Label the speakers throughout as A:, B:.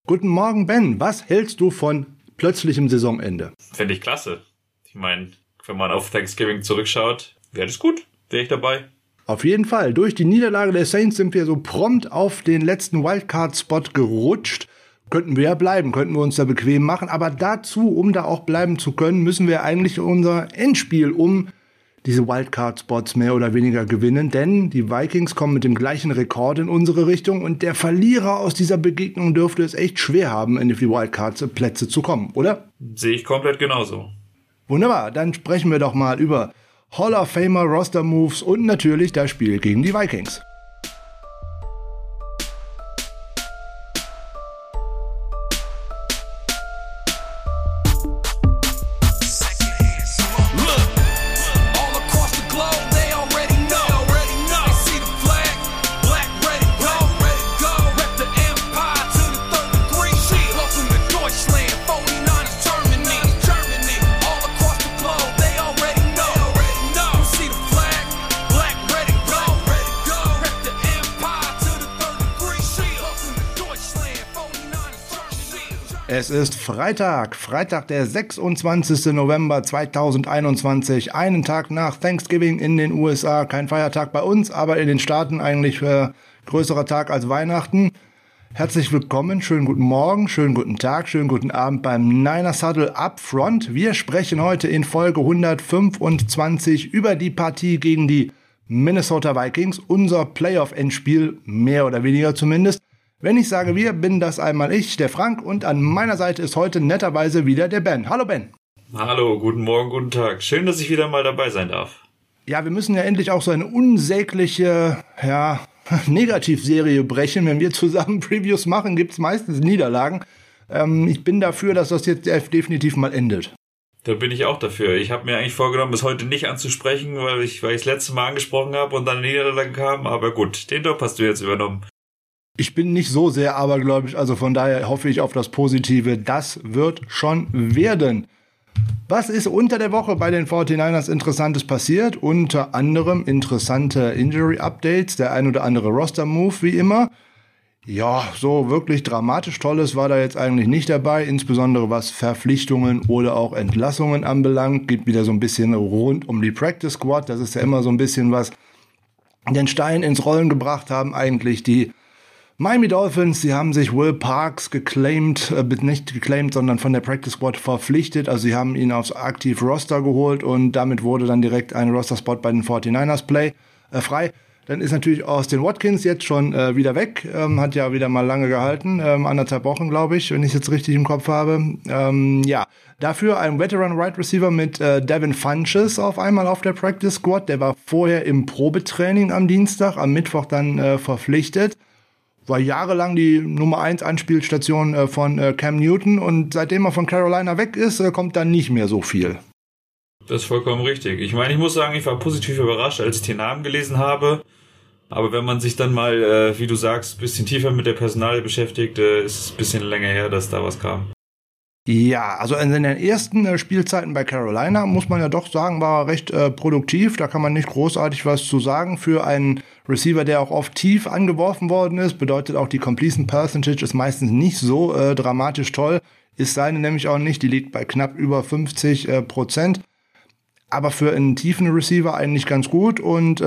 A: Guten Morgen, Ben. Was hältst du von plötzlichem Saisonende?
B: Finde ich klasse. Ich meine, wenn man auf Thanksgiving zurückschaut, wäre das gut. Wäre ich dabei.
A: Auf jeden Fall. Durch die Niederlage der Saints sind wir so prompt auf den letzten Wildcard-Spot gerutscht. Könnten wir ja bleiben, könnten wir uns da bequem machen. Aber dazu, um da auch bleiben zu können, müssen wir eigentlich unser Endspiel um diese Wildcard-Spots mehr oder weniger gewinnen. Denn die Vikings kommen mit dem gleichen Rekord in unsere Richtung. Und der Verlierer aus dieser Begegnung dürfte es echt schwer haben, in die Wildcard-Plätze zu kommen, oder?
B: Sehe ich komplett genauso.
A: Wunderbar, dann sprechen wir doch mal über Hall of Famer, Roster Moves und natürlich das Spiel gegen die Vikings. Es ist Freitag, der 26. November 2021, einen Tag nach Thanksgiving in den USA. Kein Feiertag bei uns, aber in den Staaten eigentlich größerer Tag als Weihnachten. Herzlich willkommen, schönen guten Morgen, schönen guten Tag, schönen guten Abend beim Niners Huddle Upfront. Wir sprechen heute in Folge 125 über die Partie gegen die Minnesota Vikings, unser Playoff-Endspiel, mehr oder weniger zumindest. Wenn ich sage wir, bin das einmal ich, der Frank, und an meiner Seite ist heute netterweise wieder der Ben. Hallo Ben.
B: Hallo, guten Morgen, guten Tag. Schön, dass ich wieder mal dabei sein darf.
A: Ja, wir müssen ja endlich auch so eine unsägliche, Negativserie brechen. Wenn wir zusammen Previews machen, gibt's meistens Niederlagen. Ich bin dafür, dass das jetzt definitiv mal endet.
B: Da bin ich auch dafür. Ich habe mir eigentlich vorgenommen, es heute nicht anzusprechen, weil ich das letzte Mal angesprochen habe und dann eine Niederlage kam. Aber gut, den Job hast du jetzt übernommen.
A: Ich bin nicht so sehr abergläubisch, also von daher hoffe ich auf das Positive. Das wird schon werden. Was ist unter der Woche bei den 49ers Interessantes passiert? Unter anderem interessante Injury-Updates, der ein oder andere Roster-Move wie immer. Ja, so wirklich dramatisch Tolles war da jetzt eigentlich nicht dabei, insbesondere was Verpflichtungen oder auch Entlassungen anbelangt. Geht wieder so ein bisschen rund um die Practice Squad. Das ist ja immer so ein bisschen was den Stein ins Rollen gebracht haben, eigentlich die Miami Dolphins. Sie haben sich Will Parks nicht geclaimed, sondern von der Practice Squad verpflichtet. Also sie haben ihn aufs Active Roster geholt und damit wurde dann direkt ein Roster-Spot bei den 49ers frei. Dann ist natürlich Austin Watkins jetzt schon wieder weg. Hat ja wieder mal lange gehalten. 1,5 Wochen, glaube ich, wenn ich es jetzt richtig im Kopf habe. Dafür ein Veteran Wide Receiver mit Devin Funchess auf einmal auf der Practice Squad. Der war vorher im Probetraining am Dienstag, am Mittwoch dann verpflichtet. War jahrelang die Nummer 1 Anspielstation von Cam Newton und seitdem er von Carolina weg ist, kommt dann nicht mehr so viel.
B: Das ist vollkommen richtig. Ich meine, ich muss sagen, ich war positiv überrascht, als ich den Namen gelesen habe. Aber wenn man sich dann mal, wie du sagst, ein bisschen tiefer mit der Personalie beschäftigt, ist es ein bisschen länger her, dass da was kam.
A: Ja, also in den ersten Spielzeiten bei Carolina, muss man ja doch sagen, war er recht produktiv. Da kann man nicht großartig was zu sagen. Für einen Receiver, der auch oft tief angeworfen worden ist, bedeutet auch die Completion Percentage ist meistens nicht so dramatisch toll. Ist seine nämlich auch nicht, die liegt bei knapp über 50%. Aber für einen tiefen Receiver eigentlich ganz gut. Und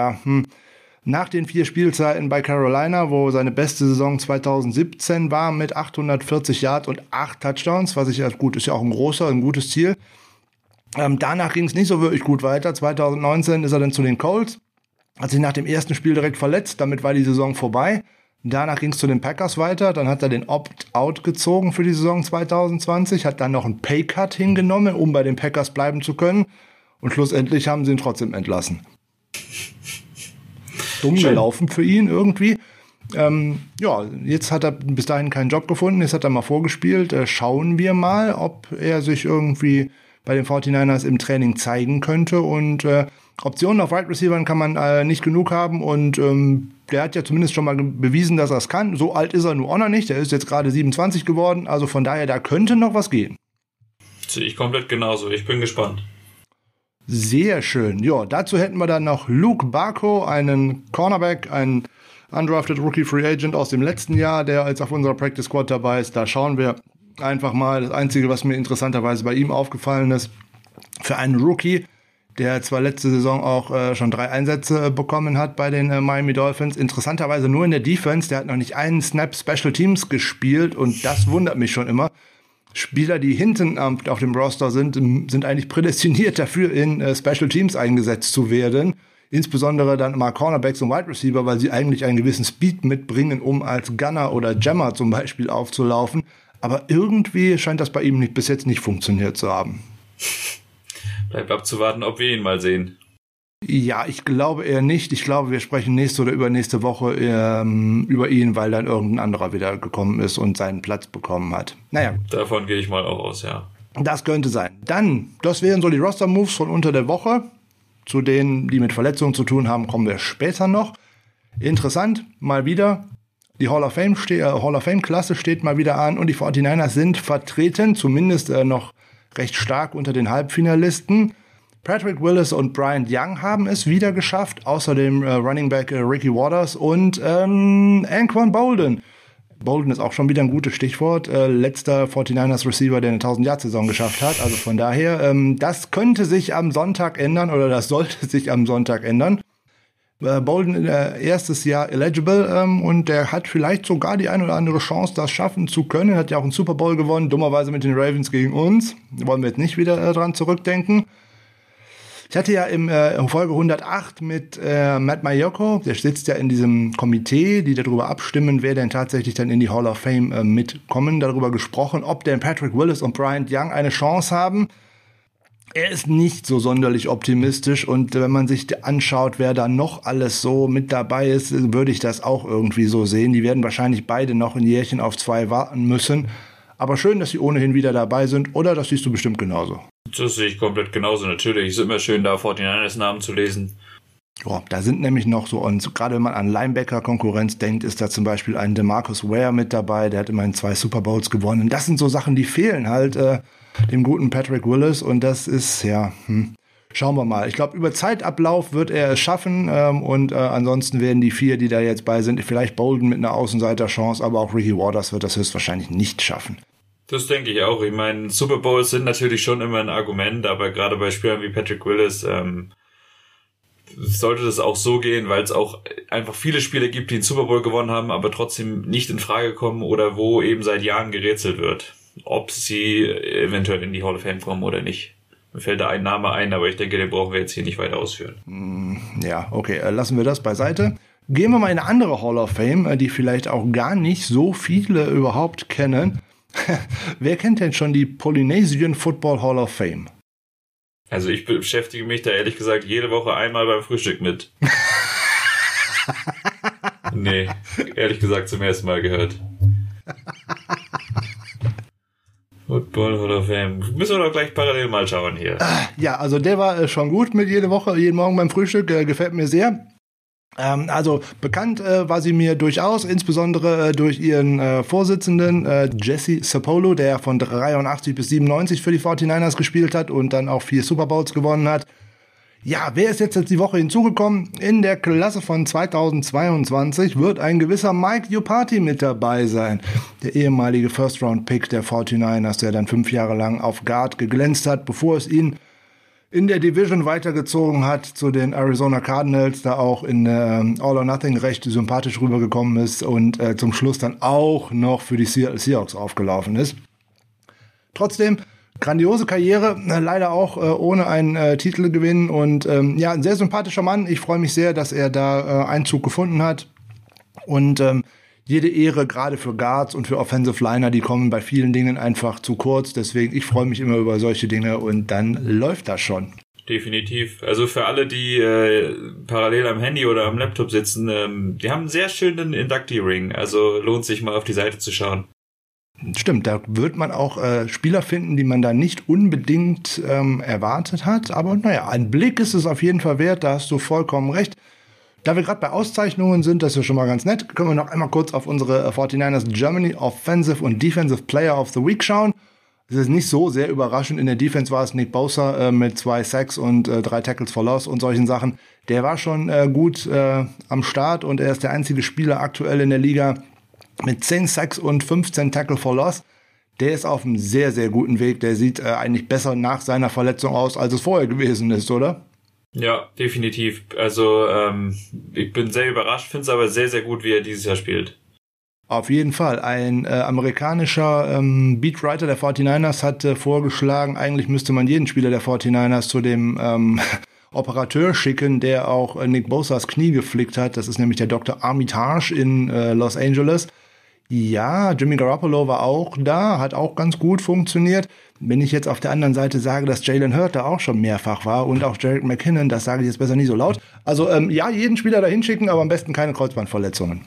A: nach den 4 Spielzeiten bei Carolina, wo seine beste Saison 2017 war mit 840 Yards und 8 Touchdowns, was ich ja gut ist, ja auch ein gutes Ziel. Danach ging es nicht so wirklich gut weiter. 2019 ist er dann zu den Colts, hat sich nach dem ersten Spiel direkt verletzt, damit war die Saison vorbei. Danach ging es zu den Packers weiter, dann hat er den Opt-out gezogen für die Saison 2020, hat dann noch einen Pay-Cut hingenommen, um bei den Packers bleiben zu können. Und schlussendlich haben sie ihn trotzdem entlassen. Dumm gelaufen für ihn irgendwie. Jetzt hat er bis dahin keinen Job gefunden, jetzt hat er mal vorgespielt. Schauen wir mal, ob er sich irgendwie bei den 49ers im Training zeigen könnte. Und Optionen auf Wide Receivern kann man nicht genug haben. Und der hat ja zumindest schon mal bewiesen, dass er es kann. So alt ist er nur auch noch nicht. Der ist jetzt gerade 27 geworden. Also von daher, da könnte noch was gehen.
B: Sehe ich komplett genauso. Ich bin gespannt.
A: Sehr schön. Ja, dazu hätten wir dann noch Luke Barco, einen Cornerback, einen Undrafted Rookie Free Agent aus dem letzten Jahr, der jetzt auf unserer Practice Squad dabei ist. Da schauen wir einfach mal. Das Einzige, was mir interessanterweise bei ihm aufgefallen ist, für einen Rookie, der zwar letzte Saison auch schon 3 Einsätze bekommen hat bei den Miami Dolphins, interessanterweise nur in der Defense, der hat noch nicht einen Snap Special Teams gespielt und das wundert mich schon immer. Spieler, die hinten auf dem Roster sind eigentlich prädestiniert dafür, in Special Teams eingesetzt zu werden. Insbesondere dann mal Cornerbacks und Wide Receiver, weil sie eigentlich einen gewissen Speed mitbringen, um als Gunner oder Jammer zum Beispiel aufzulaufen. Aber irgendwie scheint das bei ihm bis jetzt nicht funktioniert zu haben.
B: Bleibt abzuwarten, ob wir ihn mal sehen.
A: Ja, ich glaube eher nicht. Ich glaube, wir sprechen nächste oder übernächste Woche über ihn, weil dann irgendein anderer wieder gekommen ist und seinen Platz bekommen hat. Naja.
B: Davon gehe ich mal auch aus, ja.
A: Das könnte sein. Dann, das wären so die Roster-Moves von unter der Woche. Zu denen, die mit Verletzungen zu tun haben, kommen wir später noch. Interessant, mal wieder. Die Hall of Fame-Klasse steht mal wieder an und die 49ers sind vertreten, zumindest noch recht stark unter den Halbfinalisten. Patrick Willis und Bryant Young haben es wieder geschafft, außerdem Running Back Ricky Waters und Anquan Bolden. Bolden ist auch schon wieder ein gutes Stichwort. Letzter 49ers Receiver, der eine 1000-Yard-Saison geschafft hat. Also von daher, das könnte sich am Sonntag ändern oder das sollte sich am Sonntag ändern. Bolden erstes Jahr eligible und der hat vielleicht sogar die ein oder andere Chance, das schaffen zu können. Hat ja auch einen Super Bowl gewonnen, dummerweise mit den Ravens gegen uns. Da wollen wir jetzt nicht wieder dran zurückdenken. Ich hatte ja in Folge 108 mit Matt Maiocco, der sitzt ja in diesem Komitee, die darüber abstimmen, wer denn tatsächlich dann in die Hall of Fame mitkommen, darüber gesprochen, ob denn Patrick Willis und Bryant Young eine Chance haben. Er ist nicht so sonderlich optimistisch und wenn man sich anschaut, wer da noch alles so mit dabei ist, würde ich das auch irgendwie so sehen. Die werden wahrscheinlich beide noch ein Jährchen auf 2 warten müssen. Aber schön, dass sie ohnehin wieder dabei sind, oder das siehst du bestimmt genauso.
B: Das sehe ich komplett genauso. Natürlich ist immer schön, da 49ers Namen zu lesen.
A: Ja, da sind nämlich noch so, und gerade wenn man an Linebacker-Konkurrenz denkt, ist da zum Beispiel ein DeMarcus Ware mit dabei, der hat immerhin 2 Super Bowls gewonnen. Das sind so Sachen, die fehlen halt dem guten Patrick Willis und das ist, schauen wir mal. Ich glaube, über Zeitablauf wird er es schaffen und ansonsten werden die 4, die da jetzt bei sind, vielleicht Bolden mit einer Außenseiterchance, aber auch Ricky Waters wird das höchstwahrscheinlich nicht schaffen.
B: Das denke ich auch. Ich meine, Super Bowls sind natürlich schon immer ein Argument, aber gerade bei Spielern wie Patrick Willis sollte das auch so gehen, weil es auch einfach viele Spieler gibt, die einen Super Bowl gewonnen haben, aber trotzdem nicht in Frage kommen oder wo eben seit Jahren gerätselt wird, ob sie eventuell in die Hall of Fame kommen oder nicht. Mir fällt da ein Name ein, aber ich denke, den brauchen wir jetzt hier nicht weiter ausführen.
A: Ja, okay, lassen wir das beiseite. Gehen wir mal in eine andere Hall of Fame, die vielleicht auch gar nicht so viele überhaupt kennen. Wer kennt denn schon die Polynesian Football Hall of Fame?
B: Also ich beschäftige mich da ehrlich gesagt jede Woche einmal beim Frühstück mit. Nee, ehrlich gesagt zum ersten Mal gehört. Football Hall of Fame. Müssen wir doch gleich parallel mal schauen hier.
A: Ja, also der war schon gut mit jede Woche, jeden Morgen beim Frühstück. Gefällt mir sehr. Also bekannt war sie mir durchaus, insbesondere durch ihren Vorsitzenden Jesse Sapolo, der von 83 bis 97 für die 49ers gespielt hat und dann auch 4 Super Bowls gewonnen hat. Ja, wer ist jetzt die Woche hinzugekommen? In der Klasse von 2022 wird ein gewisser Mike Iupati mit dabei sein. Der ehemalige First-Round-Pick der 49ers, der dann 5 Jahre lang auf Guard geglänzt hat, bevor es ihn in der Division weitergezogen hat zu den Arizona Cardinals, da auch in All or Nothing recht sympathisch rübergekommen ist und zum Schluss dann auch noch für die Seahawks aufgelaufen ist. Trotzdem, grandiose Karriere, leider auch ohne einen Titelgewinn und ja, ein sehr sympathischer Mann. Ich freue mich sehr, dass er da Einzug gefunden hat und jede Ehre, gerade für Guards und für Offensive Liner, die kommen bei vielen Dingen einfach zu kurz. Deswegen, ich freue mich immer über solche Dinge und dann läuft das schon.
B: Definitiv. Also für alle, die parallel am Handy oder am Laptop sitzen, die haben einen sehr schönen Inductee-Ring. Also lohnt sich mal auf die Seite zu schauen.
A: Stimmt, da wird man auch Spieler finden, die man da nicht unbedingt erwartet hat. Aber naja, ein Blick ist es auf jeden Fall wert, da hast du vollkommen recht. Da wir gerade bei Auszeichnungen sind, das ist ja schon mal ganz nett, können wir noch einmal kurz auf unsere 49ers Germany Offensive und Defensive Player of the Week schauen. Es ist nicht so sehr überraschend. In der Defense war es Nick Bosa mit 2 Sacks und 3 Tackles for Loss und solchen Sachen. Der war schon gut am Start und er ist der einzige Spieler aktuell in der Liga mit 10 Sacks und 15 Tackle for Loss. Der ist auf einem sehr, sehr guten Weg. Der sieht eigentlich besser nach seiner Verletzung aus, als es vorher gewesen ist, oder?
B: Ja, definitiv. Also ich bin sehr überrascht, finde es aber sehr, sehr gut, wie er dieses Jahr spielt.
A: Auf jeden Fall. Ein amerikanischer Beatwriter der 49ers hat vorgeschlagen, eigentlich müsste man jeden Spieler der 49ers zu dem Operateur schicken, der auch Nick Bosas Knie geflickt hat. Das ist nämlich der Dr. Armitage in Los Angeles. Ja, Jimmy Garoppolo war auch da, hat auch ganz gut funktioniert. Wenn ich jetzt auf der anderen Seite sage, dass Jalen Hurts da auch schon mehrfach war und auch Jerick McKinnon, das sage ich jetzt besser nicht so laut. Also ja, jeden Spieler da hinschicken, aber am besten keine Kreuzbandverletzungen.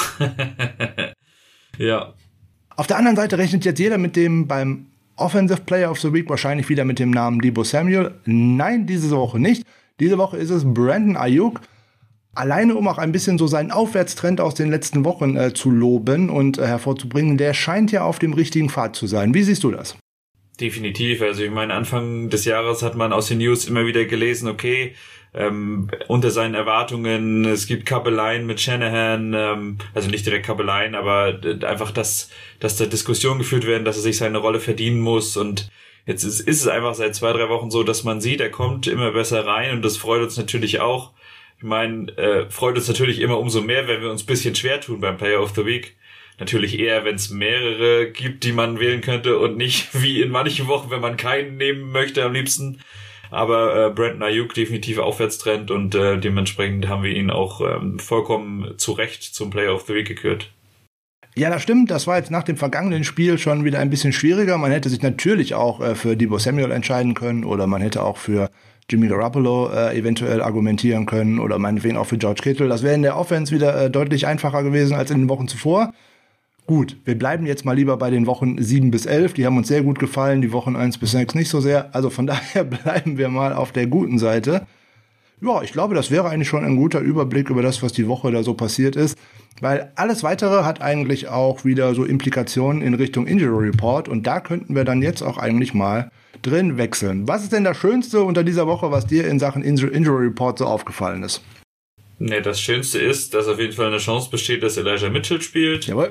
B: Ja.
A: Auf der anderen Seite rechnet jetzt jeder mit dem beim Offensive Player of the Week wahrscheinlich wieder mit dem Namen Deebo Samuel. Nein, diese Woche nicht. Diese Woche ist es Brandon Ayuk. Alleine, um auch ein bisschen so seinen Aufwärtstrend aus den letzten Wochen zu loben und hervorzubringen, der scheint ja auf dem richtigen Pfad zu sein. Wie siehst du das?
B: Definitiv. Also ich meine, Anfang des Jahres hat man aus den News immer wieder gelesen, okay, unter seinen Erwartungen, es gibt Kabeleien mit Shanahan, also nicht direkt Kabeleien, aber einfach, dass da Diskussionen geführt werden, dass er sich seine Rolle verdienen muss, und jetzt ist es einfach seit 2-3 Wochen so, dass man sieht, er kommt immer besser rein, und das freut uns natürlich auch. Ich meine, freut uns natürlich immer umso mehr, wenn wir uns ein bisschen schwer tun beim Player of the Week. Natürlich eher, wenn es mehrere gibt, die man wählen könnte, und nicht wie in manchen Wochen, wenn man keinen nehmen möchte am liebsten. Aber Brandon Ayuk definitiv Aufwärtstrend, und dementsprechend haben wir ihn auch vollkommen zu Recht zum Player of the Week gekürt.
A: Ja, das stimmt. Das war jetzt nach dem vergangenen Spiel schon wieder ein bisschen schwieriger. Man hätte sich natürlich auch für Deebo Samuel entscheiden können, oder man hätte auch für Jimmy Garoppolo eventuell argumentieren können, oder meinetwegen auch für George Kittle. Das wäre in der Offense wieder deutlich einfacher gewesen als in den Wochen zuvor. Gut, wir bleiben jetzt mal lieber bei den Wochen 7 bis 11. Die haben uns sehr gut gefallen, die Wochen 1 bis 6 nicht so sehr. Also von daher bleiben wir mal auf der guten Seite. Ja, ich glaube, das wäre eigentlich schon ein guter Überblick über das, was die Woche da so passiert ist. Weil alles Weitere hat eigentlich auch wieder so Implikationen in Richtung Injury Report. Und da könnten wir dann jetzt auch eigentlich mal drin wechseln. Was ist denn das Schönste unter dieser Woche, was dir in Sachen Injury Report so aufgefallen ist?
B: Ne, das Schönste ist, dass auf jeden Fall eine Chance besteht, dass Elijah Mitchell spielt.
A: Jawohl.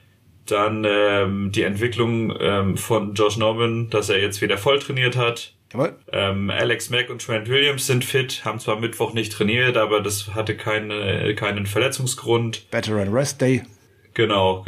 B: Dann die Entwicklung von Josh Norman, dass er jetzt wieder voll trainiert hat.
A: Jawohl.
B: Alex Mack und Trent Williams sind fit, haben zwar Mittwoch nicht trainiert, aber das hatte keinen Verletzungsgrund.
A: Veteran Rest Day.
B: Genau.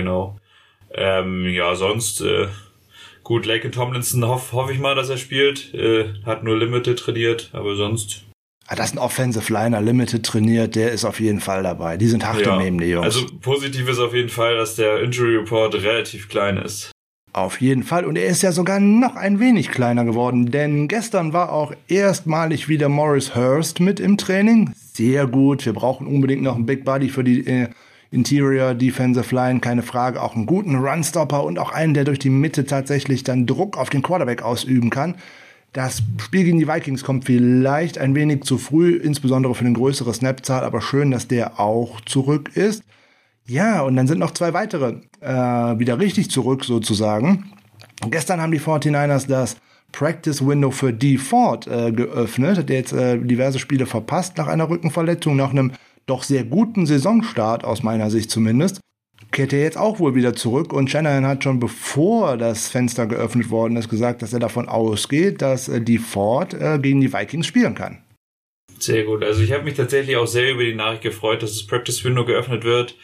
B: Ja, sonst gut, Laken Tomlinson hoffe ich mal, dass er spielt. Hat nur Limited trainiert, aber sonst...
A: Das ist ein Offensive Liner, Limited trainiert, der ist auf jeden Fall dabei. Die sind hart im Nehmen, die Jungs.
B: Also positiv ist auf jeden Fall, dass der Injury Report relativ klein ist.
A: Auf jeden Fall. Und er ist ja sogar noch ein wenig kleiner geworden, denn gestern war auch erstmalig wieder Maurice Hurst mit im Training. Sehr gut. Wir brauchen unbedingt noch einen Big Body für die Interior Defensive Line, keine Frage. Auch einen guten Runstopper und auch einen, der durch die Mitte tatsächlich dann Druck auf den Quarterback ausüben kann. Das Spiel gegen die Vikings kommt vielleicht ein wenig zu früh, insbesondere für eine größere Snap-Zahl, aber schön, dass der auch zurück ist. Ja, und dann sind noch 2 weitere wieder richtig zurück sozusagen. Gestern haben die 49ers das Practice-Window für Dee Ford geöffnet, der jetzt diverse Spiele verpasst nach einer Rückenverletzung, nach einem doch sehr guten Saisonstart, aus meiner Sicht zumindest. Kehrt er jetzt auch wohl wieder zurück, und Shanahan hat schon bevor das Fenster geöffnet worden ist gesagt, dass er davon ausgeht, dass Dee Ford gegen die Vikings spielen kann.
B: Sehr gut. Also ich habe mich tatsächlich auch sehr über die Nachricht gefreut, dass das Practice Window geöffnet wird.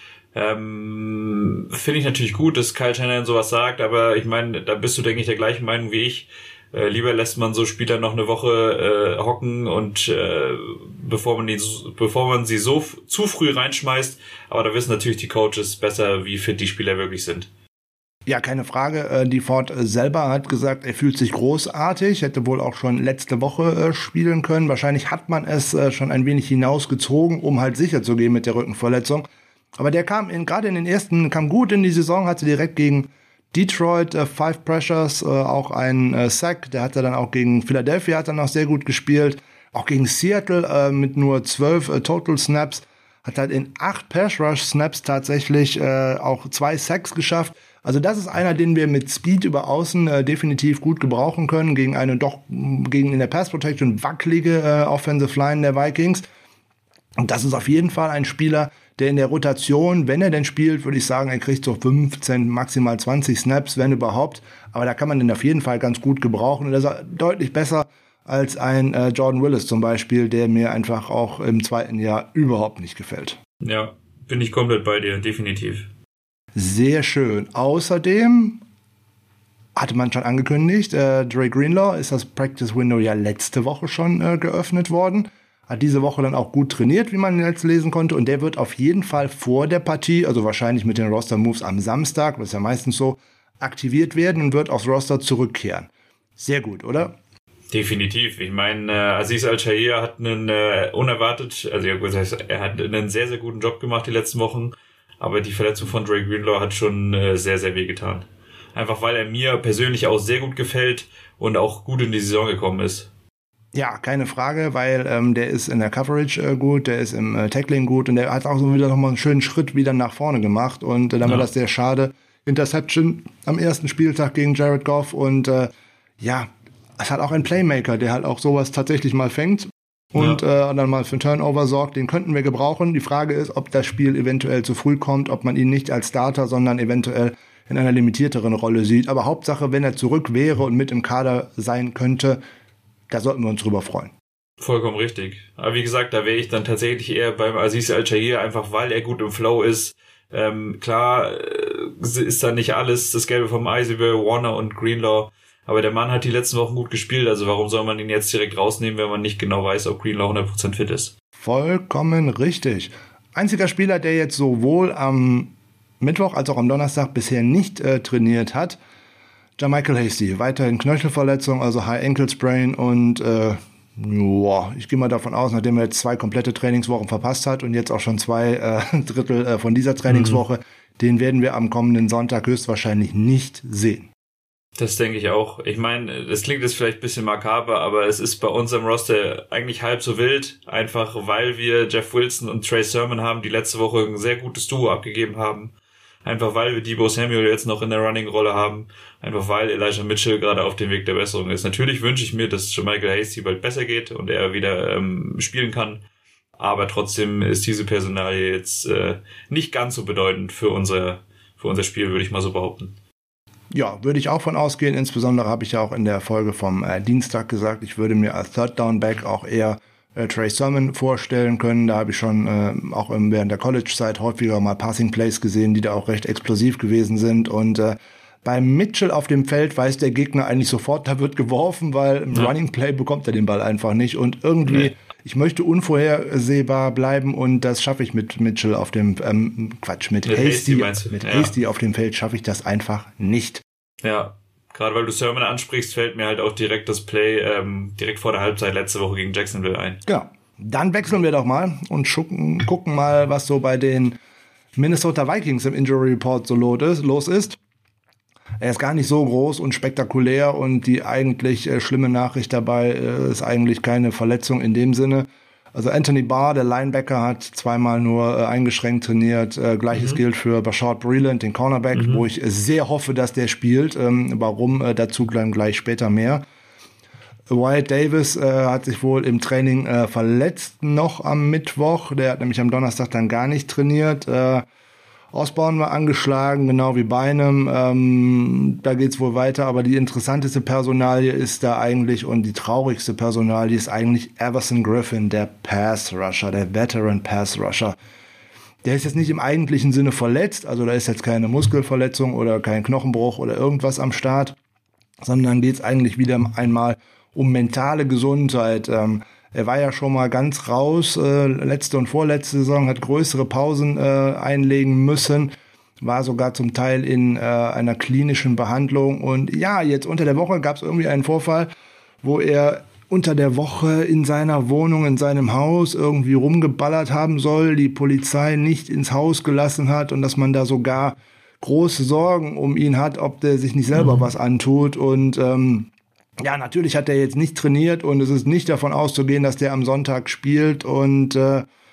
B: Finde ich natürlich gut, dass Kyle Shanahan sowas sagt, aber ich meine, da bist du, denke ich, der gleichen Meinung wie ich. Lieber lässt man so Spieler noch eine Woche hocken, und bevor man sie so zu früh reinschmeißt. Aber da wissen natürlich die Coaches besser, wie fit die Spieler wirklich sind.
A: Ja, keine Frage. Dee Ford selber hat gesagt, er fühlt sich großartig, hätte wohl auch schon letzte Woche spielen können. Wahrscheinlich hat man es schon ein wenig hinausgezogen, um halt sicher zu gehen mit der Rückenverletzung. Aber der kam kam gut in die Saison, hatte direkt gegen Detroit 5 Pressures, auch einen Sack. Der hatte dann auch gegen Philadelphia hat dann noch sehr gut gespielt. Auch gegen Seattle mit nur 12 Total Snaps. Hat halt in 8 Pass Rush Snaps tatsächlich auch 2 Sacks geschafft. Also das ist einer, den wir mit Speed über außen definitiv gut gebrauchen können gegen eine gegen in der Pass Protection wackelige Offensive Line der Vikings. Und das ist auf jeden Fall ein Spieler, der in der Rotation, wenn er denn spielt, würde ich sagen, er kriegt so 15, maximal 20 Snaps, wenn überhaupt. Aber da kann man den auf jeden Fall ganz gut gebrauchen. Und das ist deutlich besser als ein Jordan Willis zum Beispiel, der mir einfach auch im zweiten Jahr überhaupt nicht gefällt.
B: Ja, bin ich komplett bei dir, definitiv.
A: Sehr schön. Außerdem hatte man schon angekündigt, Dre Greenlaw ist das Practice Window ja letzte Woche schon geöffnet worden. Hat diese Woche dann auch gut trainiert, wie man jetzt lesen konnte. Und der wird auf jeden Fall vor der Partie, also wahrscheinlich mit den Roster-Moves am Samstag, das ist ja meistens so, aktiviert werden und wird aufs Roster zurückkehren. Sehr gut, oder?
B: Definitiv. Ich meine, Azeez Al-Shaair hat einen er hat einen sehr, sehr guten Job gemacht die letzten Wochen, aber die Verletzung von Dre Greenlaw hat schon sehr, sehr wehgetan. Einfach weil er mir persönlich auch sehr gut gefällt und auch gut in die Saison gekommen ist.
A: Ja, keine Frage, weil der ist in der Coverage gut, der ist im Tackling gut und der hat auch so wieder nochmal einen schönen Schritt wieder nach vorne gemacht und dann war das sehr schade. Interception am ersten Spieltag gegen Jared Goff und es hat auch ein Playmaker, der halt auch sowas tatsächlich mal fängt und dann mal für einen Turnover sorgt. Den könnten wir gebrauchen. Die Frage ist, ob das Spiel eventuell zu früh kommt, ob man ihn nicht als Starter, sondern eventuell in einer limitierteren Rolle sieht. Aber Hauptsache, wenn er zurück wäre und mit im Kader sein könnte, da sollten wir uns drüber freuen.
B: Vollkommen richtig. Aber wie gesagt, da wäre ich dann tatsächlich eher beim Azeez Al-Shaair, einfach weil er gut im Flow ist. Klar ist da nicht alles das Gelbe vom Ei, wie Warner und Greenlaw. Aber der Mann hat die letzten Wochen gut gespielt, also warum soll man ihn jetzt direkt rausnehmen, wenn man nicht genau weiß, ob Greenlaw 100% fit ist?
A: Vollkommen richtig. Einziger Spieler, der jetzt sowohl am Mittwoch als auch am Donnerstag bisher nicht trainiert hat, JaMycal Hasty. Weiterhin Knöchelverletzung, also High Ankle Sprain und ich gehe mal davon aus, nachdem er jetzt 2 komplette Trainingswochen verpasst hat und jetzt auch schon 2 Drittel von dieser Trainingswoche, den werden wir am kommenden Sonntag höchstwahrscheinlich nicht sehen.
B: Das denke ich auch. Ich meine, das klingt jetzt vielleicht ein bisschen makaber, aber es ist bei uns im Roster eigentlich halb so wild, einfach weil wir Jeff Wilson und Trey Sermon haben, die letzte Woche ein sehr gutes Duo abgegeben haben. Einfach weil wir Deebo Samuel jetzt noch in der Running-Rolle haben. Einfach weil Elijah Mitchell gerade auf dem Weg der Besserung ist. Natürlich wünsche ich mir, dass JaMycal Hasty bald besser geht und er wieder spielen kann. Aber trotzdem ist diese Personalie jetzt nicht ganz so bedeutend für unser Spiel, würde ich mal so behaupten.
A: Ja, würde ich auch von ausgehen. Insbesondere habe ich ja auch in der Folge vom Dienstag gesagt, ich würde mir als Third Down Back auch eher Trey Sermon vorstellen können. Da habe ich schon auch während der College-Zeit häufiger mal Passing Plays gesehen, die da auch recht explosiv gewesen sind. Und bei Mitchell auf dem Feld weiß der Gegner eigentlich sofort, da wird geworfen, weil im Running Play bekommt er den Ball einfach nicht. Und irgendwie, ich möchte unvorhersehbar bleiben und das schaffe ich mit Mitchell auf dem, mit Hasty auf dem Feld schaffe ich das einfach nicht.
B: Ja, gerade weil du Sermon ansprichst, fällt mir halt auch direkt das Play direkt vor der Halbzeit letzte Woche gegen Jacksonville ein.
A: Genau. Dann wechseln wir doch mal und gucken mal, was so bei den Minnesota Vikings im Injury Report so los ist. Er ist gar nicht so groß und spektakulär und die eigentlich schlimme Nachricht dabei ist eigentlich keine Verletzung in dem Sinne. Also Anthony Barr, der Linebacker, hat 2-mal nur eingeschränkt trainiert. Gleiches gilt für Bashard Breeland, den Cornerback, wo ich sehr hoffe, dass der spielt. Warum, dazu gleich später mehr. Wyatt Davis hat sich wohl im Training verletzt noch am Mittwoch. Der hat nämlich am Donnerstag dann gar nicht trainiert. Osborne war angeschlagen, genau wie Bynum. Da geht's wohl weiter, aber die interessanteste Personalie ist da eigentlich und die traurigste Personalie ist eigentlich Everson Griffin, der Pass Rusher, der Veteran Pass Rusher. Der ist jetzt nicht im eigentlichen Sinne verletzt, also da ist jetzt keine Muskelverletzung oder kein Knochenbruch oder irgendwas am Start, sondern geht's eigentlich wieder einmal um mentale Gesundheit. Er war ja schon mal ganz raus, letzte und vorletzte Saison, hat größere Pausen einlegen müssen, war sogar zum Teil in einer klinischen Behandlung. Und ja, jetzt unter der Woche gab es irgendwie einen Vorfall, wo er unter der Woche in seiner Wohnung, in seinem Haus irgendwie rumgeballert haben soll, die Polizei nicht ins Haus gelassen hat und dass man da sogar große Sorgen um ihn hat, ob der sich nicht selber was antut. Und ja, natürlich hat er jetzt nicht trainiert und es ist nicht davon auszugehen, dass der am Sonntag spielt. Und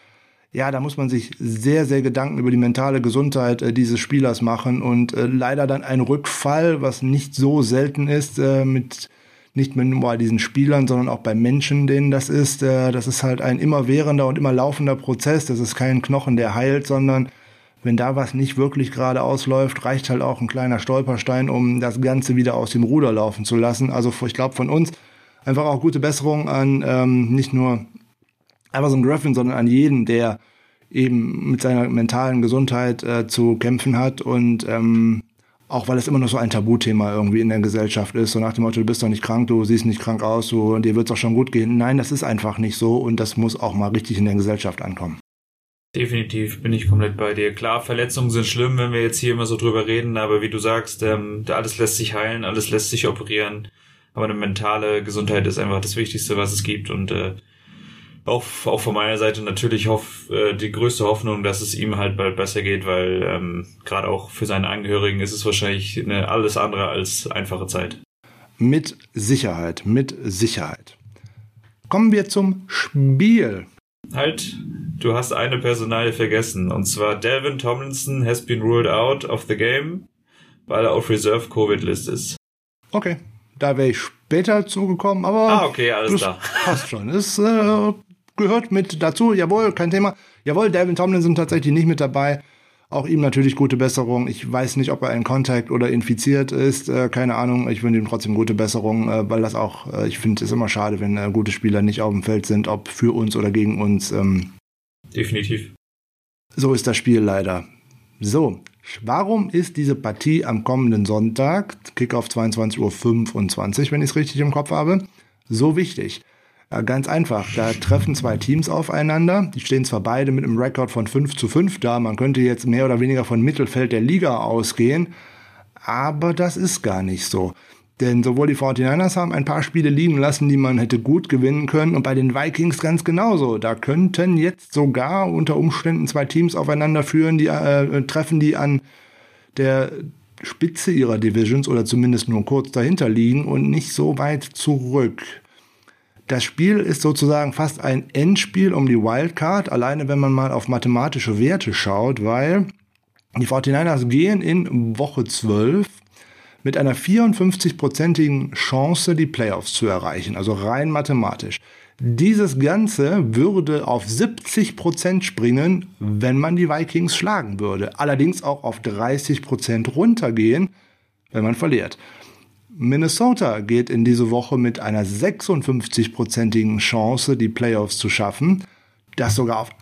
A: ja, da muss man sich sehr, sehr Gedanken über die mentale Gesundheit dieses Spielers machen und leider dann ein Rückfall, was nicht so selten ist, nicht nur bei diesen Spielern, sondern auch bei Menschen, denen das ist halt ein immerwährender und immer laufender Prozess. Das ist kein Knochen, der heilt, sondern wenn da was nicht wirklich gerade ausläuft, reicht halt auch ein kleiner Stolperstein, um das Ganze wieder aus dem Ruder laufen zu lassen. Also ich glaube von uns einfach auch gute Besserung an nicht nur Amazon Griffin, sondern an jeden, der eben mit seiner mentalen Gesundheit zu kämpfen hat und auch weil es immer noch so ein Tabuthema irgendwie in der Gesellschaft ist, so nach dem Motto, du bist doch nicht krank, du siehst nicht krank aus, dir wird's doch schon gut gehen. Nein, das ist einfach nicht so und das muss auch mal richtig in der Gesellschaft ankommen.
B: Definitiv bin ich komplett bei dir. Klar, Verletzungen sind schlimm, wenn wir jetzt hier immer so drüber reden, aber wie du sagst, alles lässt sich heilen, alles lässt sich operieren, aber eine mentale Gesundheit ist einfach das Wichtigste, was es gibt und auch von meiner Seite natürlich die größte Hoffnung, dass es ihm halt bald besser geht, weil gerade auch für seine Angehörigen ist es wahrscheinlich eine alles andere als einfache Zeit.
A: Mit Sicherheit. Kommen wir zum Spiel.
B: Halt, du hast eine Personalie vergessen, und zwar Dalvin Tomlinson has been ruled out of the game, weil er auf Reserve Covid-List ist.
A: Okay, da wäre ich später zugekommen, aber
B: okay, alles klar.
A: Passt schon. Es gehört mit dazu, jawohl, kein Thema. Jawohl, Dalvin Tomlinson tatsächlich nicht mit dabei. Auch ihm natürlich gute Besserung. Ich weiß nicht, ob er in Kontakt oder infiziert ist. Keine Ahnung. Ich wünsche ihm trotzdem gute Besserung, weil das auch, ich finde es immer schade, wenn gute Spieler nicht auf dem Feld sind, ob für uns oder gegen uns.
B: Definitiv.
A: So ist das Spiel leider. So, warum ist diese Partie am kommenden Sonntag, Kickoff 22:25 Uhr, wenn ich es richtig im Kopf habe, so wichtig? Ganz einfach, da treffen zwei Teams aufeinander, die stehen zwar beide mit einem Rekord von 5:5 da, man könnte jetzt mehr oder weniger von Mittelfeld der Liga ausgehen, aber das ist gar nicht so. Denn sowohl die 49ers haben ein paar Spiele liegen lassen, die man hätte gut gewinnen können, und bei den Vikings ganz genauso. Da könnten jetzt sogar unter Umständen zwei Teams aufeinander führen, die treffen, die an der Spitze ihrer Divisions oder zumindest nur kurz dahinter liegen und nicht so weit zurück. Das Spiel ist sozusagen fast ein Endspiel um die Wildcard, alleine wenn man mal auf mathematische Werte schaut, weil die 49ers gehen in Woche 12 mit einer 54-prozentigen Chance, die Playoffs zu erreichen, also rein mathematisch. Dieses Ganze würde auf 70% springen, wenn man die Vikings schlagen würde. Allerdings auch auf 30% runtergehen, wenn man verliert. Minnesota geht in diese Woche mit einer 56-prozentigen Chance, die Playoffs zu schaffen, das sogar auf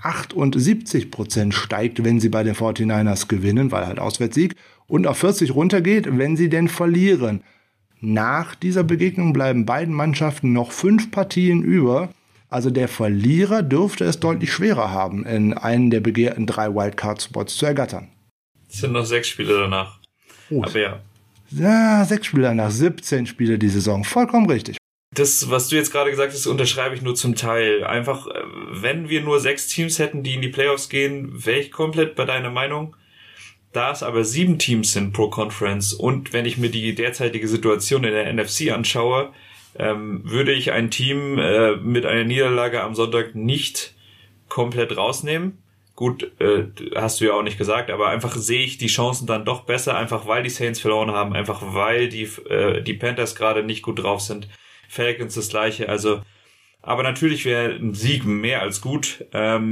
A: 78% steigt, wenn sie bei den 49ers gewinnen, weil halt Auswärtssieg, und auf 40 runtergeht, wenn sie denn verlieren. Nach dieser Begegnung bleiben beiden Mannschaften noch 5 Partien über, also der Verlierer dürfte es deutlich schwerer haben, in einen der begehrten 3 Wildcard-Spots zu ergattern.
B: Es sind noch 6 Spiele danach. Aber ja.
A: Ja, 6 Spiele nach 17 Spiele die Saison. Vollkommen richtig.
B: Das, was du jetzt gerade gesagt hast, unterschreibe ich nur zum Teil. Einfach, wenn wir nur 6 Teams hätten, die in die Playoffs gehen, wäre ich komplett bei deiner Meinung. Da es aber 7 Teams sind pro Conference und wenn ich mir die derzeitige Situation in der NFC anschaue, würde ich ein Team mit einer Niederlage am Sonntag nicht komplett rausnehmen. Gut, hast du ja auch nicht gesagt, aber einfach sehe ich die Chancen dann doch besser, einfach weil die Saints verloren haben, einfach weil die Panthers gerade nicht gut drauf sind. Falcons das Gleiche, also, aber natürlich wäre ein Sieg mehr als gut.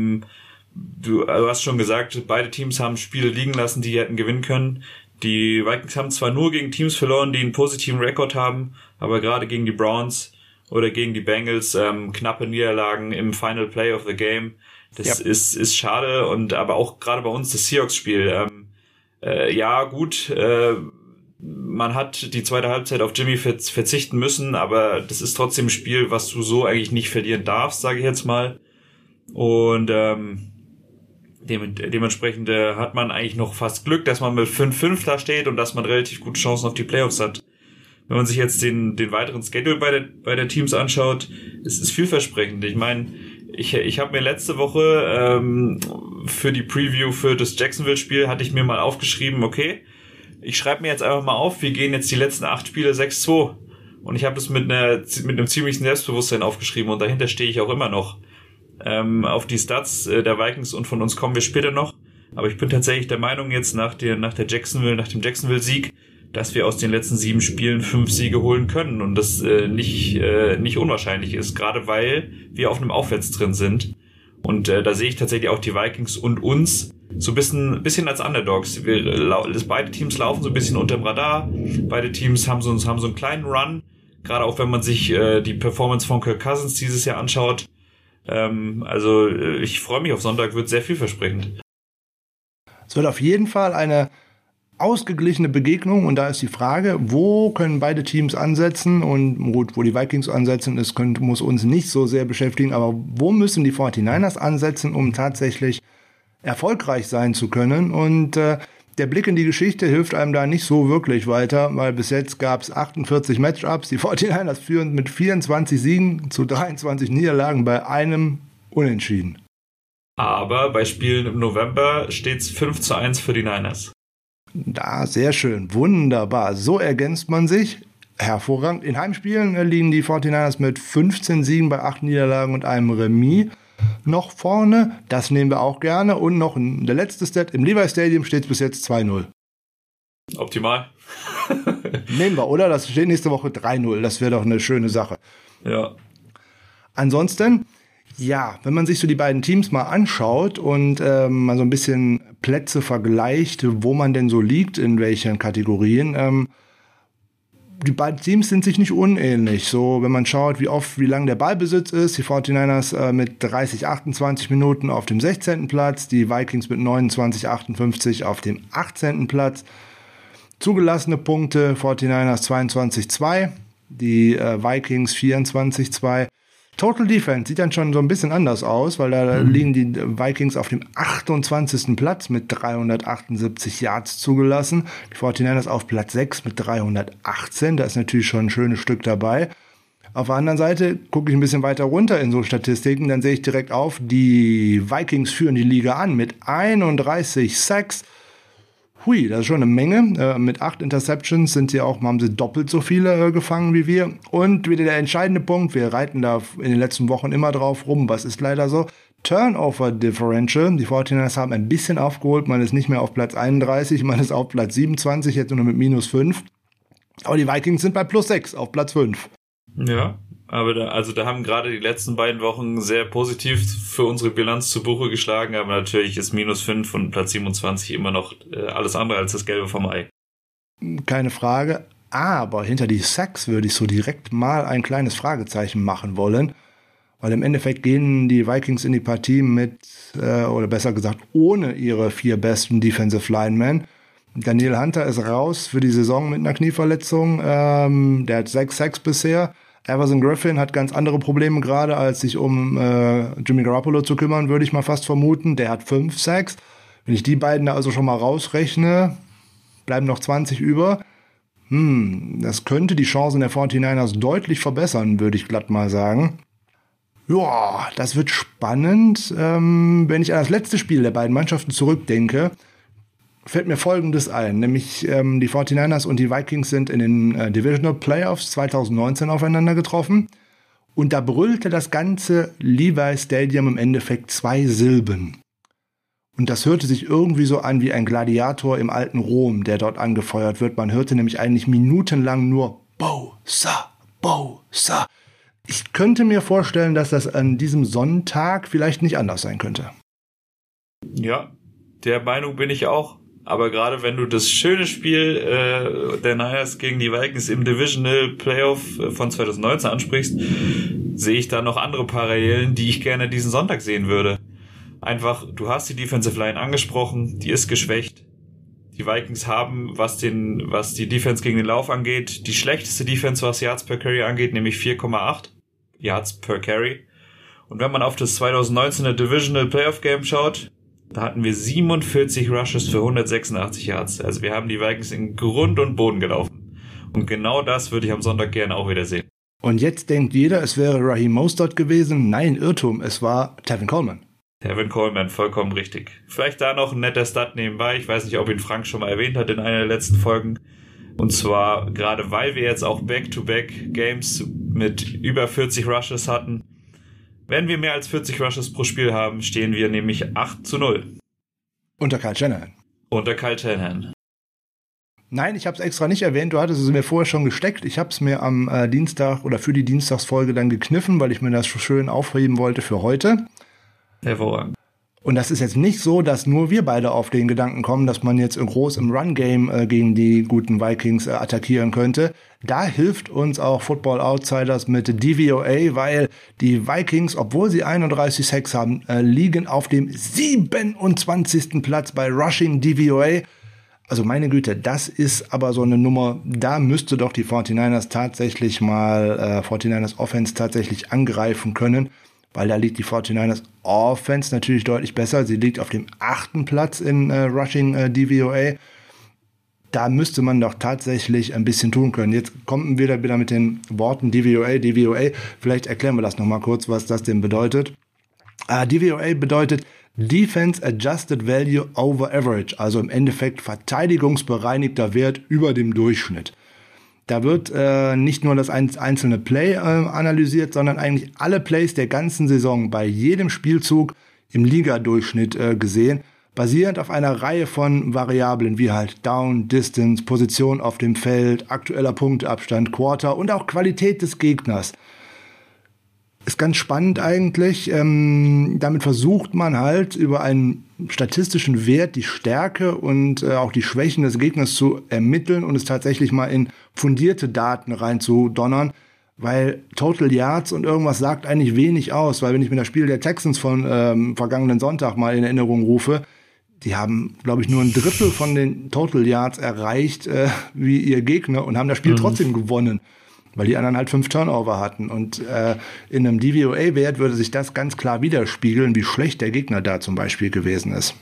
B: Du hast schon gesagt, beide Teams haben Spiele liegen lassen, die hätten gewinnen können. Die Vikings haben zwar nur gegen Teams verloren, die einen positiven Rekord haben, aber gerade gegen die Browns oder gegen die Bengals knappe Niederlagen im Final Play of the Game. Das ist schade, und aber auch gerade bei uns das Seahawks-Spiel. Ja, gut, man hat die zweite Halbzeit auf Jimmy verzichten müssen, aber das ist trotzdem ein Spiel, was du so eigentlich nicht verlieren darfst, sage ich jetzt mal. Und dementsprechend hat man eigentlich noch fast Glück, dass man mit 5-5 da steht und dass man relativ gute Chancen auf die Playoffs hat. Wenn man sich jetzt den weiteren Schedule bei der Teams anschaut, es ist vielversprechend. Ich meine, ich habe mir letzte Woche für die Preview für das Jacksonville-Spiel hatte ich mir mal aufgeschrieben, okay, ich schreibe mir jetzt einfach mal auf, wir gehen jetzt die letzten 8 Spiele 6-2. Und ich habe das mit einem ziemlichen Selbstbewusstsein aufgeschrieben und dahinter stehe ich auch immer noch. Auf die Stats der Vikings und von uns kommen wir später noch. Aber ich bin tatsächlich der Meinung jetzt nach dem Jacksonville-Sieg, dass wir aus den letzten 7 Spielen 5 Siege holen können und das nicht unwahrscheinlich ist, gerade weil wir auf einem Aufwärtstrend sind. Und da sehe ich tatsächlich auch die Vikings und uns so ein bisschen als Underdogs. Beide Teams laufen so ein bisschen unterm Radar. Beide Teams haben so einen kleinen Run, gerade auch wenn man sich die Performance von Kirk Cousins dieses Jahr anschaut. Also ich freue mich auf Sonntag, wird sehr vielversprechend.
A: Es wird auf jeden Fall eine ausgeglichene Begegnung und da ist die Frage, wo können beide Teams ansetzen und gut, wo die Vikings ansetzen, muss uns nicht so sehr beschäftigen, aber wo müssen die 49ers ansetzen, um tatsächlich erfolgreich sein zu können und der Blick in die Geschichte hilft einem da nicht so wirklich weiter, weil bis jetzt gab es 48 Matchups, die 49ers führen mit 24 Siegen zu 23 Niederlagen bei einem Unentschieden.
B: Aber bei Spielen im November steht es 5-1 für die Niners.
A: Da, sehr schön, wunderbar. So ergänzt man sich. Hervorragend. In Heimspielen liegen die 49ers mit 15 Siegen bei 8 Niederlagen und einem Remis noch vorne. Das nehmen wir auch gerne. Und noch der letzte Stat. Im Levi Stadium steht es bis jetzt 2-0.
B: Optimal.
A: Nehmen wir, oder? Das steht nächste Woche 3-0. Das wäre doch eine schöne Sache.
B: Ja.
A: Ansonsten, ja, wenn man sich so die beiden Teams mal anschaut und mal so ein bisschen Plätze vergleicht, wo man denn so liegt, in welchen Kategorien, die beiden Teams sind sich nicht unähnlich. So, wenn man schaut, wie lang der Ballbesitz ist, die 49ers mit 30, 28 Minuten auf dem 16. Platz, die Vikings mit 29, 58 auf dem 18. Platz. Zugelassene Punkte, 49ers 22-2, die Vikings 24-2. Total Defense sieht dann schon so ein bisschen anders aus, weil da liegen die Vikings auf dem 28. Platz mit 378 Yards zugelassen. Die 49ers auf Platz 6 mit 318. Da ist natürlich schon ein schönes Stück dabei. Auf der anderen Seite gucke ich ein bisschen weiter runter in so Statistiken, dann sehe ich direkt auf, die Vikings führen die Liga an mit 31 Sacks. Hui, das ist schon eine Menge. Mit 8 Interceptions haben sie doppelt so viele gefangen wie wir. Und wieder der entscheidende Punkt, wir reiten da in den letzten Wochen immer drauf rum, was ist leider so? Turnover Differential. Die 49ers haben ein bisschen aufgeholt, man ist nicht mehr auf Platz 31, man ist auf Platz 27, jetzt nur mit -5. Aber die Vikings sind bei +6 auf Platz 5.
B: Ja, aber da haben gerade die letzten beiden Wochen sehr positiv für unsere Bilanz zu Buche geschlagen, aber natürlich ist -5 und Platz 27 immer noch alles andere als das Gelbe vom Ei.
A: Keine Frage, aber hinter die Sacks würde ich so direkt mal ein kleines Fragezeichen machen wollen, weil im Endeffekt gehen die Vikings in die Partie mit, oder besser gesagt ohne ihre 4 besten Defensive Linemen. Daniel Hunter ist raus für die Saison mit einer Knieverletzung, der hat 6 Sacks bisher. Everson Griffin hat ganz andere Probleme gerade, als sich um Jimmy Garoppolo zu kümmern, würde ich mal fast vermuten. Der hat 5 Sacks. Wenn ich die beiden da also schon mal rausrechne, bleiben noch 20 über. Das könnte die Chancen der 49ers deutlich verbessern, würde ich glatt mal sagen. Ja, das wird spannend. Wenn ich an das letzte Spiel der beiden Mannschaften zurückdenke, fällt mir Folgendes ein, nämlich die 49ers und die Vikings sind in den Divisional Playoffs 2019 aufeinander getroffen und da brüllte das ganze Levi Stadium im Endeffekt 2 Silben. Und das hörte sich irgendwie so an wie ein Gladiator im alten Rom, der dort angefeuert wird. Man hörte nämlich eigentlich minutenlang nur Bosa, Bosa. Ich könnte mir vorstellen, dass das an diesem Sonntag vielleicht nicht anders sein könnte.
B: Ja, der Meinung bin ich auch. Aber gerade wenn du das schöne Spiel der Niners gegen die Vikings im Divisional Playoff von 2019 ansprichst, sehe ich da noch andere Parallelen, die ich gerne diesen Sonntag sehen würde. Einfach, du hast die Defensive Line angesprochen, die ist geschwächt. Die Vikings haben, was die Defense gegen den Lauf angeht, die schlechteste Defense, was Yards per Carry angeht, nämlich 4,8 Yards per Carry. Und wenn man auf das 2019er Divisional Playoff Game schaut, da hatten wir 47 Rushes für 186 Yards. Also wir haben die Vikings in Grund und Boden gelaufen. Und genau das würde ich am Sonntag gerne auch wieder sehen.
A: Und jetzt denkt jeder, es wäre Raheem Mostert gewesen. Nein, Irrtum, es war Tevin Coleman.
B: Tevin Coleman, vollkommen richtig. Vielleicht da noch ein netter Stat nebenbei. Ich weiß nicht, ob ihn Frank schon mal erwähnt hat in einer der letzten Folgen. Und zwar gerade, weil wir jetzt auch Back-to-Back-Games mit über 40 Rushes hatten. Wenn wir mehr als 40 Rushes pro Spiel haben, stehen wir nämlich 8-0.
A: Unter Kyle Shanahan.
B: Unter Kyle Shanahan.
A: Nein, ich habe es extra nicht erwähnt. Du hattest es mir vorher schon gesteckt. Ich habe es mir am Dienstag oder für die Dienstagsfolge dann gekniffen, weil ich mir das schön aufheben wollte für heute.
B: Hervorragend.
A: Und das ist jetzt nicht so, dass nur wir beide auf den Gedanken kommen, dass man jetzt groß im Run-Game gegen die guten Vikings attackieren könnte. Da hilft uns auch Football Outsiders mit DVOA, weil die Vikings, obwohl sie 31 Sacks haben, liegen auf dem 27. Platz bei Rushing DVOA. Also meine Güte, das ist aber so eine Nummer, da müsste doch die 49ers tatsächlich mal, 49ers Offense tatsächlich angreifen können. Weil da liegt die 49ers Offense natürlich deutlich besser. Sie liegt auf dem 8. Platz in Rushing DVOA. Da müsste man doch tatsächlich ein bisschen tun können. Jetzt kommen wir wieder mit den Worten DVOA. Vielleicht erklären wir das nochmal kurz, was das denn bedeutet. DVOA bedeutet Defense Adjusted Value over Average. Also im Endeffekt verteidigungsbereinigter Wert über dem Durchschnitt. Da wird nicht nur das einzelne Play analysiert, sondern eigentlich alle Plays der ganzen Saison bei jedem Spielzug im Ligadurchschnitt gesehen, basierend auf einer Reihe von Variablen wie halt Down, Distance, Position auf dem Feld, aktueller Punkteabstand, Quarter und auch Qualität des Gegners. Ist ganz spannend eigentlich. Damit versucht man halt über einen statistischen Wert die Stärke und auch die Schwächen des Gegners zu ermitteln und es tatsächlich mal in fundierte Daten reinzudonnern, weil Total Yards und irgendwas sagt eigentlich wenig aus, weil wenn ich mir das Spiel der Texans von vergangenen Sonntag mal in Erinnerung rufe, die haben, glaube ich, nur ein Drittel von den Total Yards erreicht wie ihr Gegner und haben das Spiel trotzdem gewonnen. Weil die anderen halt 5 Turnover hatten. Und in einem DVOA-Wert würde sich das ganz klar widerspiegeln, wie schlecht der Gegner da zum Beispiel gewesen ist.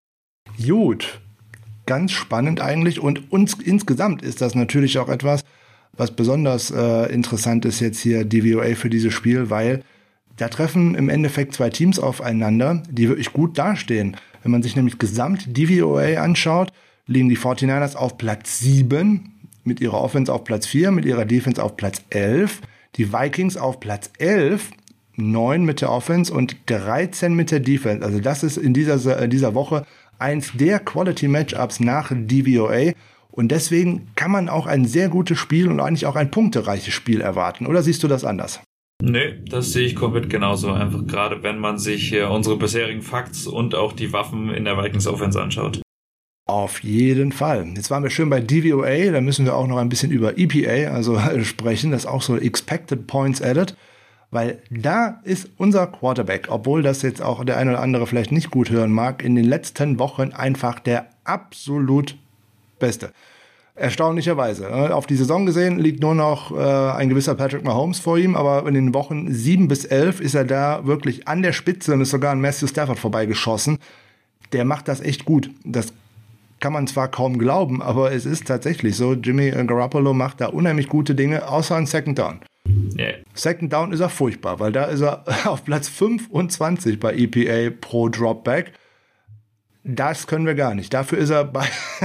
A: Gut, ganz spannend eigentlich. Und uns insgesamt ist das natürlich auch etwas, was besonders interessant ist jetzt hier DVOA für dieses Spiel, weil da treffen im Endeffekt 2 Teams aufeinander, die wirklich gut dastehen. Wenn man sich nämlich gesamt DVOA anschaut, liegen die 49ers auf Platz 7, mit ihrer Offense auf Platz 4, mit ihrer Defense auf Platz 11, die Vikings auf Platz 11, 9 mit der Offense und 13 mit der Defense. Also das ist in dieser Woche eins der Quality-Matchups nach DVOA und deswegen kann man auch ein sehr gutes Spiel und eigentlich auch ein punktereiches Spiel erwarten. Oder siehst du das anders?
B: Nee, das sehe ich komplett genauso. Einfach gerade, wenn man sich unsere bisherigen Facts und auch die Waffen in der Vikings Offense anschaut.
A: Auf jeden Fall. Jetzt waren wir schön bei DVOA, da müssen wir auch noch ein bisschen über EPA sprechen, das ist auch so Expected Points Added, weil da ist unser Quarterback, obwohl das jetzt auch der eine oder andere vielleicht nicht gut hören mag, in den letzten Wochen einfach der absolut Beste. Erstaunlicherweise. Auf die Saison gesehen liegt nur noch ein gewisser Patrick Mahomes vor ihm, aber in den Wochen 7 bis 11 ist er da wirklich an der Spitze und ist sogar an Matthew Stafford vorbeigeschossen. Der macht das echt gut. Das kann man zwar kaum glauben, aber es ist tatsächlich so. Jimmy Garoppolo macht da unheimlich gute Dinge, außer ein Second Down. Yeah. Second Down ist er furchtbar, weil da ist er auf Platz 25 bei EPA pro Dropback. Das können wir gar nicht. Dafür ist er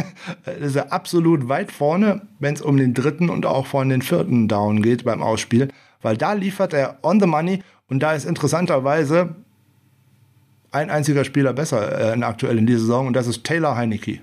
A: absolut weit vorne, wenn es um den 3. und auch von den 4. Down geht beim Ausspielen, weil da liefert er on the money und da ist interessanterweise ein einziger Spieler besser aktuell in dieser Saison und das ist Taylor Heinicke.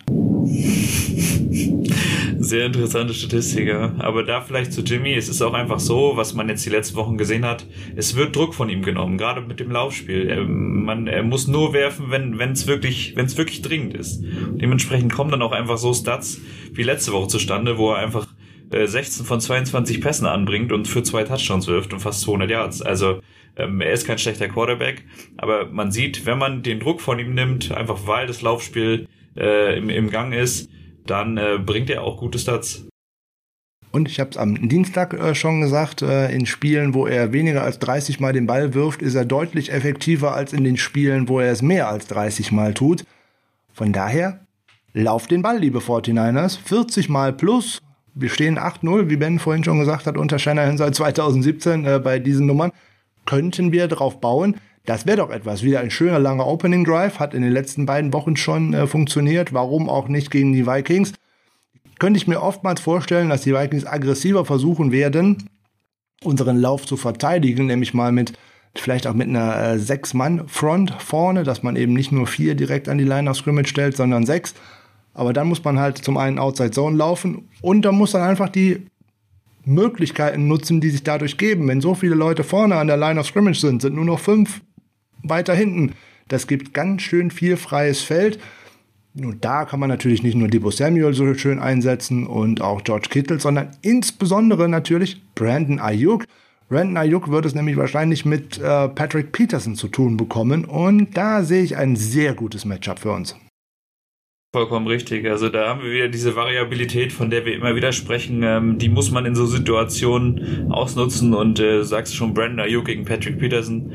B: Sehr interessante Statistik, ja. Aber da vielleicht zu Jimmy, es ist auch einfach so, was man jetzt die letzten Wochen gesehen hat, es wird Druck von ihm genommen, gerade mit dem Laufspiel. Er muss nur werfen, wenn es wirklich dringend ist. Und dementsprechend kommen dann auch einfach so Stats wie letzte Woche zustande, wo er einfach 16 von 22 Pässen anbringt und für 2 Touchdowns wirft und fast 200 Yards. Also er ist kein schlechter Quarterback, aber man sieht, wenn man den Druck von ihm nimmt, einfach weil das Laufspiel im Gang ist, dann bringt er auch gute Stats.
A: Und ich habe es am Dienstag schon gesagt, in Spielen, wo er weniger als 30 Mal den Ball wirft, ist er deutlich effektiver als in den Spielen, wo er es mehr als 30 Mal tut. Von daher, lauft den Ball, liebe 49ers, 40 Mal plus. Wir stehen 8-0, wie Ben vorhin schon gesagt hat, unter Shanahan seit 2017 bei diesen Nummern. Könnten wir drauf bauen. Das wäre doch etwas. Wieder ein schöner, langer Opening Drive. Hat in den letzten beiden Wochen schon funktioniert. Warum auch nicht gegen die Vikings? Könnte ich mir oftmals vorstellen, dass die Vikings aggressiver versuchen werden, unseren Lauf zu verteidigen. Nämlich mal mit vielleicht auch mit einer 6-Mann-Front vorne, dass man eben nicht nur 4 direkt an die Line of Scrimmage stellt, sondern 6. Aber dann muss man halt zum einen Outside Zone laufen und dann muss dann einfach die Möglichkeiten nutzen, die sich dadurch geben. Wenn so viele Leute vorne an der Line of Scrimmage sind nur noch 5 weiter hinten. Das gibt ganz schön viel freies Feld. Nun, da kann man natürlich nicht nur Deebo Samuel so schön einsetzen und auch George Kittle, sondern insbesondere natürlich Brandon Ayuk. Brandon Ayuk wird es nämlich wahrscheinlich mit Patrick Peterson zu tun bekommen und da sehe ich ein sehr gutes Matchup für uns.
B: Vollkommen richtig. Also da haben wir wieder diese Variabilität, von der wir immer wieder sprechen. Die muss man in so Situationen ausnutzen und sagst schon, Brandon Ayuk gegen Patrick Peterson.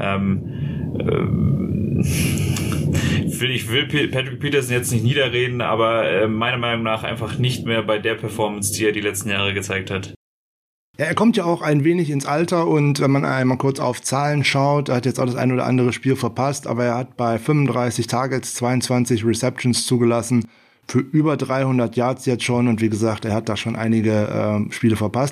B: Ich will Patrick Peterson jetzt nicht niederreden, aber meiner Meinung nach einfach nicht mehr bei der Performance, die er die letzten Jahre gezeigt hat.
A: Ja, er kommt ja auch ein wenig ins Alter und wenn man einmal kurz auf Zahlen schaut, er hat jetzt auch das ein oder andere Spiel verpasst, aber er hat bei 35 Targets 22 Receptions zugelassen für über 300 Yards jetzt schon und wie gesagt, er hat da schon einige Spiele verpasst.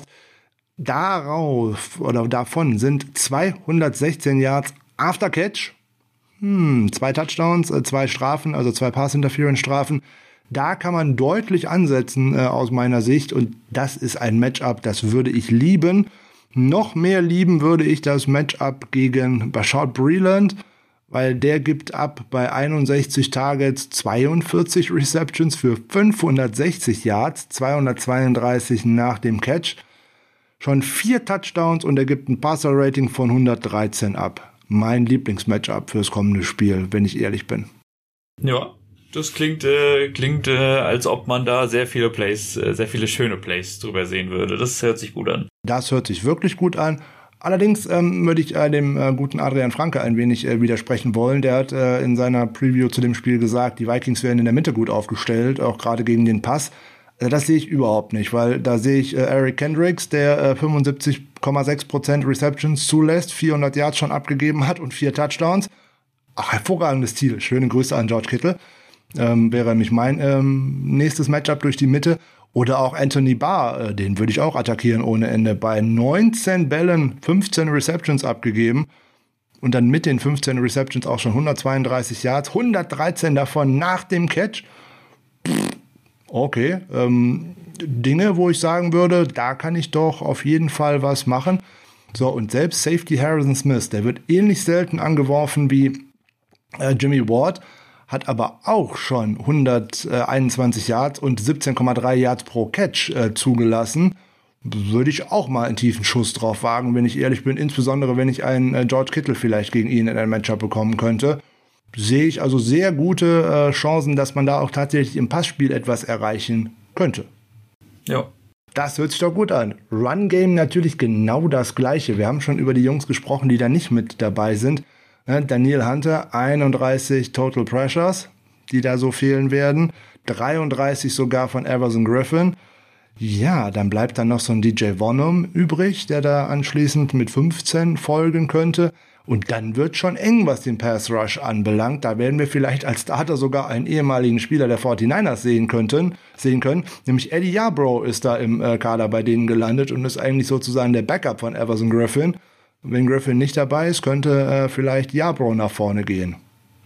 A: Davon sind 216 Yards after Catch, 2 Touchdowns, 2 Strafen, also 2 Pass-Interference-Strafen. Da kann man deutlich ansetzen aus meiner Sicht und das ist ein Matchup, das würde ich lieben. Noch mehr lieben würde ich das Matchup gegen Bashaud Breeland, weil der gibt ab bei 61 Targets 42 Receptions für 560 Yards, 232 nach dem Catch. Schon 4 Touchdowns und er gibt ein Passer-Rating von 113 ab. Mein Lieblingsmatchup fürs kommende Spiel, wenn ich ehrlich bin.
B: Ja. Das klingt, als ob man da sehr viele schöne Plays drüber sehen würde. Das hört sich gut an.
A: Das hört sich wirklich gut an. Allerdings würde ich dem guten Adrian Franke ein wenig widersprechen wollen. Der hat in seiner Preview zu dem Spiel gesagt, die Vikings wären in der Mitte gut aufgestellt, auch gerade gegen den Pass. Das sehe ich überhaupt nicht, weil da sehe ich Eric Kendricks, der 75,6% Receptions zulässt, 400 Yards schon abgegeben hat und 4 Touchdowns. Ach, hervorragendes Ziel. Schöne Grüße an George Kittle. Wäre nämlich mein nächstes Matchup durch die Mitte. Oder auch Anthony Barr, den würde ich auch attackieren ohne Ende. Bei 19 Bällen 15 Receptions abgegeben. Und dann mit den 15 Receptions auch schon 132 Yards. 113 davon nach dem Catch. Okay. Dinge, wo ich sagen würde, da kann ich doch auf jeden Fall was machen. So, und selbst Safety Harrison Smith, der wird ähnlich selten angeworfen wie Jimmy Ward, hat aber auch schon 121 Yards und 17,3 Yards pro Catch zugelassen. Würde ich auch mal einen tiefen Schuss drauf wagen, wenn ich ehrlich bin. Insbesondere, wenn ich einen George Kittle vielleicht gegen ihn in ein Matchup bekommen könnte. Sehe ich also sehr gute Chancen, dass man da auch tatsächlich im Passspiel etwas erreichen könnte.
B: Ja.
A: Das hört sich doch gut an. Run-Game natürlich genau das Gleiche. Wir haben schon über die Jungs gesprochen, die da nicht mit dabei sind. Danielle Hunter, 31 Total Pressures, die da so fehlen werden. 33 sogar von Everson Griffin. Ja, dann bleibt dann noch so ein DJ Vonum übrig, der da anschließend mit 15 folgen könnte. Und dann wird schon eng, was den Pass Rush anbelangt. Da werden wir vielleicht als Starter sogar einen ehemaligen Spieler der 49ers sehen können. Nämlich Eddie Yarbrough ist da im Kader bei denen gelandet und ist eigentlich sozusagen der Backup von Everson Griffin. Wenn Griffin nicht dabei ist, könnte vielleicht Yarbrough nach vorne gehen.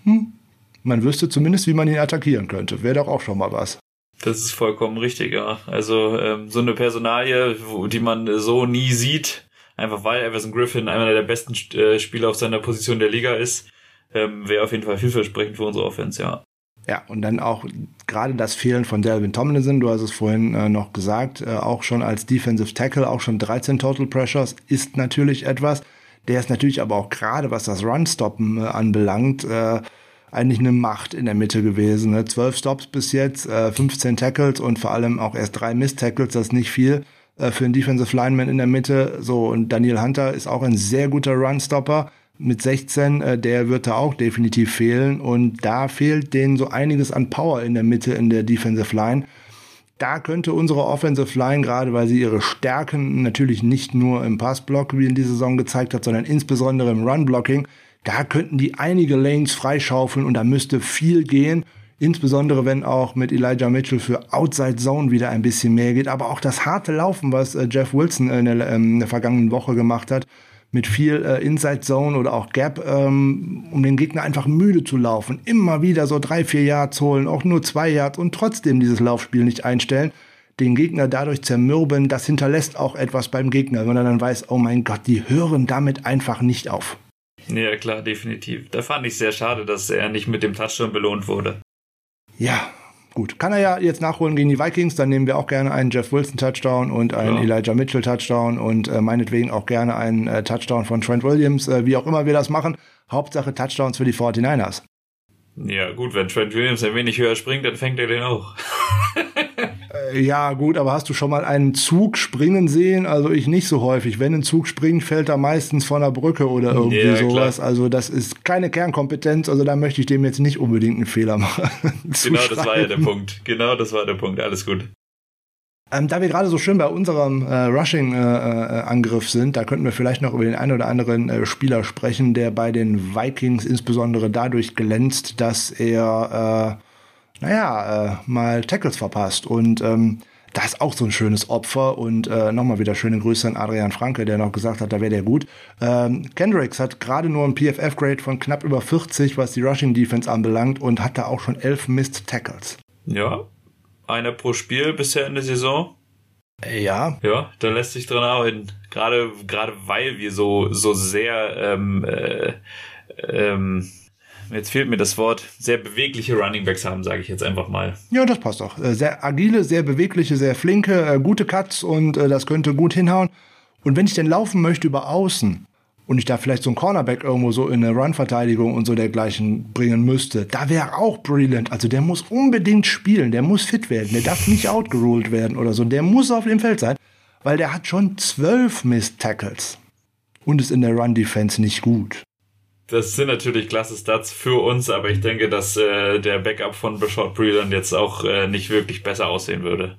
A: Man wüsste zumindest, wie man ihn attackieren könnte. Wäre doch auch schon mal was.
B: Das ist vollkommen richtig, ja. Also so eine Personalie, die man so nie sieht, einfach weil Everson Griffin einer der besten Spieler auf seiner Position der Liga ist, wäre auf jeden Fall vielversprechend für unsere Offense, ja.
A: Ja, und dann auch gerade das Fehlen von Dalvin Tomlinson, du hast es vorhin noch gesagt, auch schon als Defensive Tackle, auch schon 13 Total Pressures, ist natürlich etwas. Der ist natürlich aber auch gerade, was das Run-Stoppen anbelangt, eigentlich eine Macht in der Mitte gewesen. 12 Stops bis jetzt, 15 Tackles und vor allem auch erst 3 Miss-Tackles, das ist nicht viel für einen Defensive Lineman in der Mitte. So, und Danielle Hunter ist auch ein sehr guter Run-Stopper. Mit 16, der wird da auch definitiv fehlen und da fehlt denen so einiges an Power in der Mitte in der Defensive Line. Da könnte unsere Offensive Line, gerade weil sie ihre Stärken natürlich nicht nur im Passblock, wie in dieser Saison gezeigt hat, sondern insbesondere im Run-Blocking, da könnten die einige Lanes freischaufeln und da müsste viel gehen. Insbesondere wenn auch mit Elijah Mitchell für Outside Zone wieder ein bisschen mehr geht. Aber auch das harte Laufen, was Jeff Wilson in der vergangenen Woche gemacht hat, mit viel Inside Zone oder auch Gap, um den Gegner einfach müde zu laufen. Immer wieder so 3-4 Yards holen, auch nur 2 Yards und trotzdem dieses Laufspiel nicht einstellen. Den Gegner dadurch zermürben, das hinterlässt auch etwas beim Gegner, wenn er dann weiß, oh mein Gott, die hören damit einfach nicht auf.
B: Ja, klar, definitiv. Da fand ich sehr schade, dass er nicht mit dem Touchdown belohnt wurde.
A: Ja, gut. Kann er ja jetzt nachholen gegen die Vikings, dann nehmen wir auch gerne einen Jeff Wilson-Touchdown und einen Elijah Mitchell-Touchdown und meinetwegen auch gerne einen Touchdown von Trent Williams, wie auch immer wir das machen. Hauptsache Touchdowns für die 49ers.
B: Ja, gut, wenn Trent Williams ein wenig höher springt, dann fängt er den auch.
A: Ja, gut, aber hast du schon mal einen Zug springen sehen? Also ich nicht so häufig. Wenn ein Zug springt, fällt er meistens von der Brücke oder irgendwie sowas. Klar. Also das ist keine Kernkompetenz. Also da möchte ich dem jetzt nicht unbedingt einen Fehler machen.
B: Genau, das war ja der Punkt. Genau, das war der Punkt. Alles gut.
A: Da wir gerade so schön bei unserem Rushing-Angriff sind, da könnten wir vielleicht noch über den einen oder anderen Spieler sprechen, der bei den Vikings insbesondere dadurch glänzt, dass er mal Tackles verpasst. Und das ist auch so ein schönes Opfer. Und nochmal wieder schöne Grüße an Adrian Franke, der noch gesagt hat, da wäre der gut. Kendricks hat gerade nur ein PFF-Grade von knapp über 40, was die Rushing-Defense anbelangt, und hat da auch schon 11 Missed Tackles.
B: Ja, einer pro Spiel bisher in der Saison.
A: Ja.
B: Ja, da lässt sich dran arbeiten. Gerade weil wir so sehr jetzt fehlt mir das Wort, sehr bewegliche Runningbacks haben, sage ich jetzt einfach mal.
A: Ja, das passt auch. Sehr agile, sehr bewegliche, sehr flinke, gute Cuts und das könnte gut hinhauen. Und wenn ich denn laufen möchte über Außen und ich da vielleicht so einen Cornerback irgendwo so in eine Run-Verteidigung und so dergleichen bringen müsste, da wäre auch brilliant. Also der muss unbedingt spielen, der muss fit werden, der darf nicht outgeruled werden oder so. Der muss auf dem Feld sein, weil der hat schon 12 Missed Tackles und ist in der Run-Defense nicht gut.
B: Das sind natürlich klasse Stats für uns, aber ich denke, dass der Backup von Bashaud Breeland jetzt auch nicht wirklich besser aussehen würde.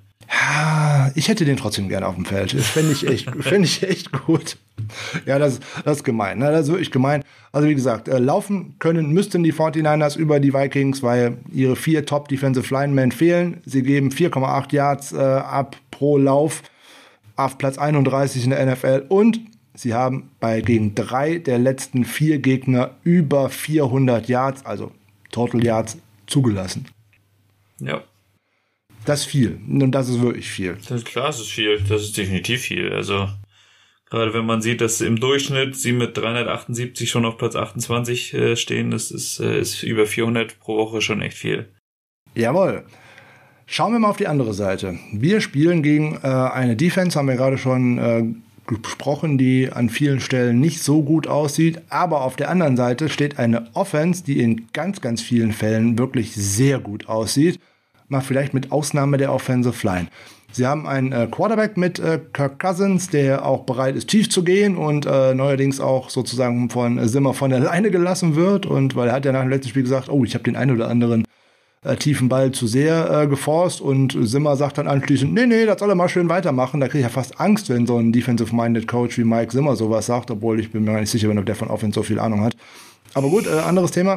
A: Ich hätte den trotzdem gerne auf dem Feld. Das fände ich echt gut. Ja, das ist gemein. Ne? Das ist wirklich gemein. Also wie gesagt, laufen müssten die 49ers über die Vikings, weil ihre 4 Top-Defensive Linemen fehlen. Sie geben 4,8 Yards ab pro Lauf auf Platz 31 in der NFL und sie haben gegen 3 der letzten 4 Gegner über 400 Yards, also Total Yards, zugelassen.
B: Ja.
A: Das ist viel. Und das ist wirklich viel.
B: Das ist klar, das ist viel. Das ist definitiv viel. Also, gerade wenn man sieht, dass im Durchschnitt sie mit 378 schon auf Platz 28 stehen, das ist über 400 pro Woche schon echt viel.
A: Jawohl. Schauen wir mal auf die andere Seite. Wir spielen gegen eine Defense, haben wir gerade schon besprochen, die an vielen Stellen nicht so gut aussieht. Aber auf der anderen Seite steht eine Offense, die in ganz, ganz vielen Fällen wirklich sehr gut aussieht. Mal vielleicht mit Ausnahme der Offensive Line. Sie haben einen Quarterback mit Kirk Cousins, der auch bereit ist, tief zu gehen und neuerdings auch sozusagen von Zimmer von der Leine gelassen wird. Und weil er hat ja nach dem letzten Spiel gesagt, oh, ich habe den einen oder anderen tiefen Ball zu sehr geforst. Und Zimmer sagt dann anschließend, nee, das soll er mal schön weitermachen. Da kriege ich ja fast Angst, wenn so ein Defensive-Minded Coach wie Mike Zimmer sowas sagt, obwohl ich bin mir gar nicht sicher, ob der von Offense so viel Ahnung hat. Aber gut, anderes Thema.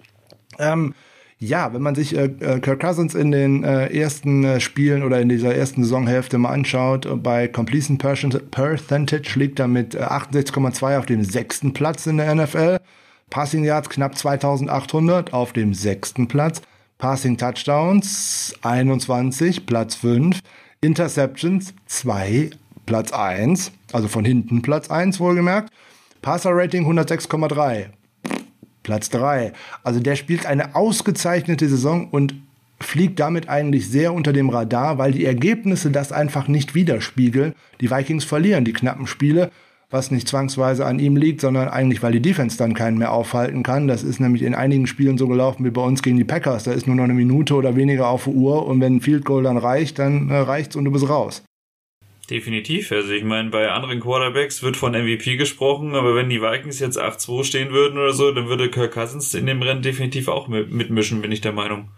A: Ja, wenn man sich Kirk Cousins in den ersten Spielen oder in dieser ersten Saisonhälfte mal anschaut, bei Completion Percentage liegt er mit 68,2 auf dem 6. Platz in der NFL. Passing Yards knapp 2800 auf dem 6. Platz. Passing Touchdowns 21, Platz 5. Interceptions 2, Platz 1. Also von hinten Platz 1 wohlgemerkt. Passer Rating 106,3. Platz 3. Also der spielt eine ausgezeichnete Saison und fliegt damit eigentlich sehr unter dem Radar, weil die Ergebnisse das einfach nicht widerspiegeln. Die Vikings verlieren die knappen Spiele, was nicht zwangsweise an ihm liegt, sondern eigentlich, weil die Defense dann keinen mehr aufhalten kann. Das ist nämlich in einigen Spielen so gelaufen wie bei uns gegen die Packers. Da ist nur noch eine Minute oder weniger auf der Uhr und wenn ein Field Goal dann reicht, dann reicht's und du bist raus.
B: Definitiv. Also ich meine, bei anderen Quarterbacks wird von MVP gesprochen, aber wenn die Vikings jetzt 8-2 stehen würden oder so, dann würde Kirk Cousins in dem Rennen definitiv auch mitmischen, bin ich der Meinung.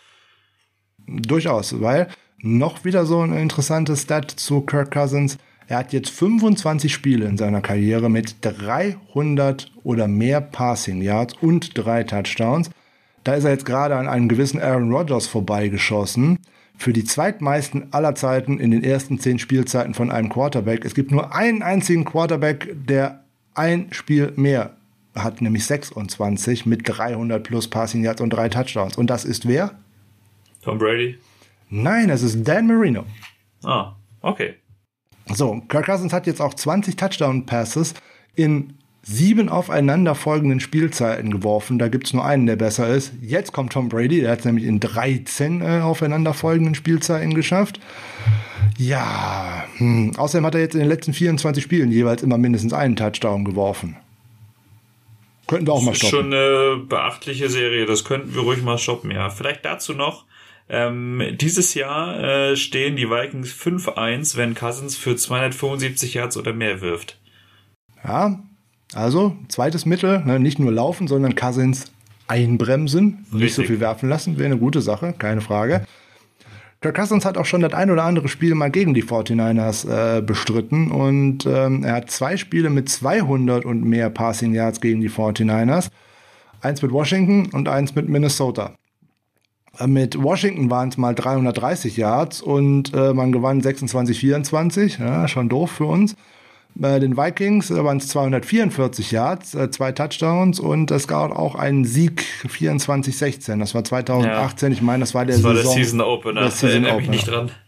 A: Durchaus, weil noch wieder so ein interessantes Stat zu Kirk Cousins. Er hat jetzt 25 Spiele in seiner Karriere mit 300 oder mehr Passing Yards und 3 Touchdowns. Da ist er jetzt gerade an einem gewissen Aaron Rodgers vorbeigeschossen. Für die zweitmeisten aller Zeiten in den ersten 10 Spielzeiten von einem Quarterback. Es gibt nur einen einzigen Quarterback, der ein Spiel mehr, hat nämlich 26 mit 300 plus Passing Yards und 3 Touchdowns. Und das ist wer?
B: Tom Brady?
A: Nein, es ist Dan Marino.
B: Ah, okay.
A: So, Kirk Cousins hat jetzt auch 20 Touchdown-Passes in 7 aufeinanderfolgenden Spielzeiten geworfen. Da gibt es nur einen, der besser ist. Jetzt kommt Tom Brady, der hat es nämlich in 13 aufeinanderfolgenden Spielzeiten geschafft. Ja, außerdem hat er jetzt in den letzten 24 Spielen jeweils immer mindestens einen Touchdown geworfen. Könnten wir auch mal stoppen.
B: Das ist schon eine beachtliche Serie, das könnten wir ruhig mal stoppen, ja. Vielleicht dazu noch, dieses Jahr stehen die Vikings 5-1, wenn Cousins für 275 Yards oder mehr wirft.
A: Ja, also zweites Mittel, ne, nicht nur laufen, sondern Cousins einbremsen,
B: Richtig.
A: nicht so viel werfen lassen, wäre eine gute Sache, keine Frage. Kirk Cousins hat auch schon das ein oder andere Spiel mal gegen die 49ers bestritten und er hat 2 Spiele mit 200 und mehr Passing Yards gegen die 49ers. Eins mit Washington und eins mit Minnesota. Mit Washington waren es mal 330 Yards und man gewann 26-24, ja, schon doof für uns. Bei den Vikings waren es 244 Yards, 2 Touchdowns und es gab auch einen Sieg 24-16. Das war 2018, ja. Ich meine, das war der
B: Season Opener, da erinnere mich nicht dran.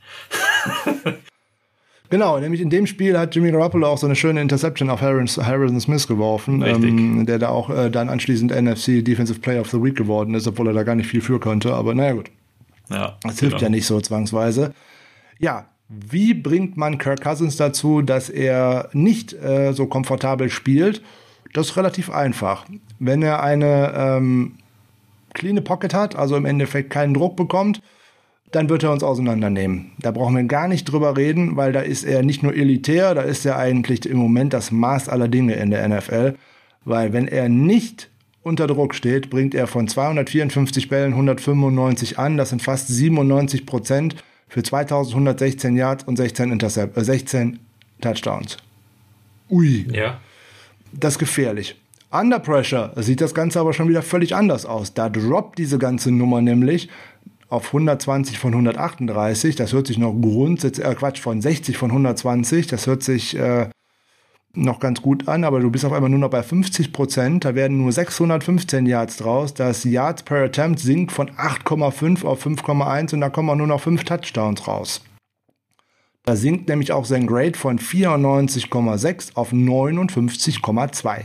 A: Genau, nämlich in dem Spiel hat Jimmy Garoppolo auch so eine schöne Interception auf Harrison Smith geworfen, der da auch dann anschließend NFC Defensive Player of the Week geworden ist, obwohl er da gar nicht viel für konnte, aber naja gut.
B: Ja,
A: das hilft ja nicht so zwangsweise. Ja, wie bringt man Kirk Cousins dazu, dass er nicht so komfortabel spielt? Das ist relativ einfach. Wenn er eine clean Pocket hat, also im Endeffekt keinen Druck bekommt, dann wird er uns auseinandernehmen. Da brauchen wir gar nicht drüber reden, weil da ist er nicht nur elitär, da ist er eigentlich im Moment das Maß aller Dinge in der NFL. Weil wenn er nicht unter Druck steht, bringt er von 254 Bällen 195 an. Das sind fast 97% für 2116 Yards und 16 Touchdowns. Ui.
B: Ja.
A: Das ist gefährlich. Under Pressure sieht das Ganze aber schon wieder völlig anders aus. Da droppt diese ganze Nummer nämlich auf 120 von 138. Das hört sich noch grundsätzlich, von 60 von 120. Das hört sich noch ganz gut an, aber du bist auf einmal nur noch bei 50%. Da werden nur 615 Yards draus. Das Yards per Attempt sinkt von 8,5 auf 5,1 und da kommen auch nur noch 5 Touchdowns raus. Da sinkt nämlich auch sein Grade von 94,6 auf 59,2.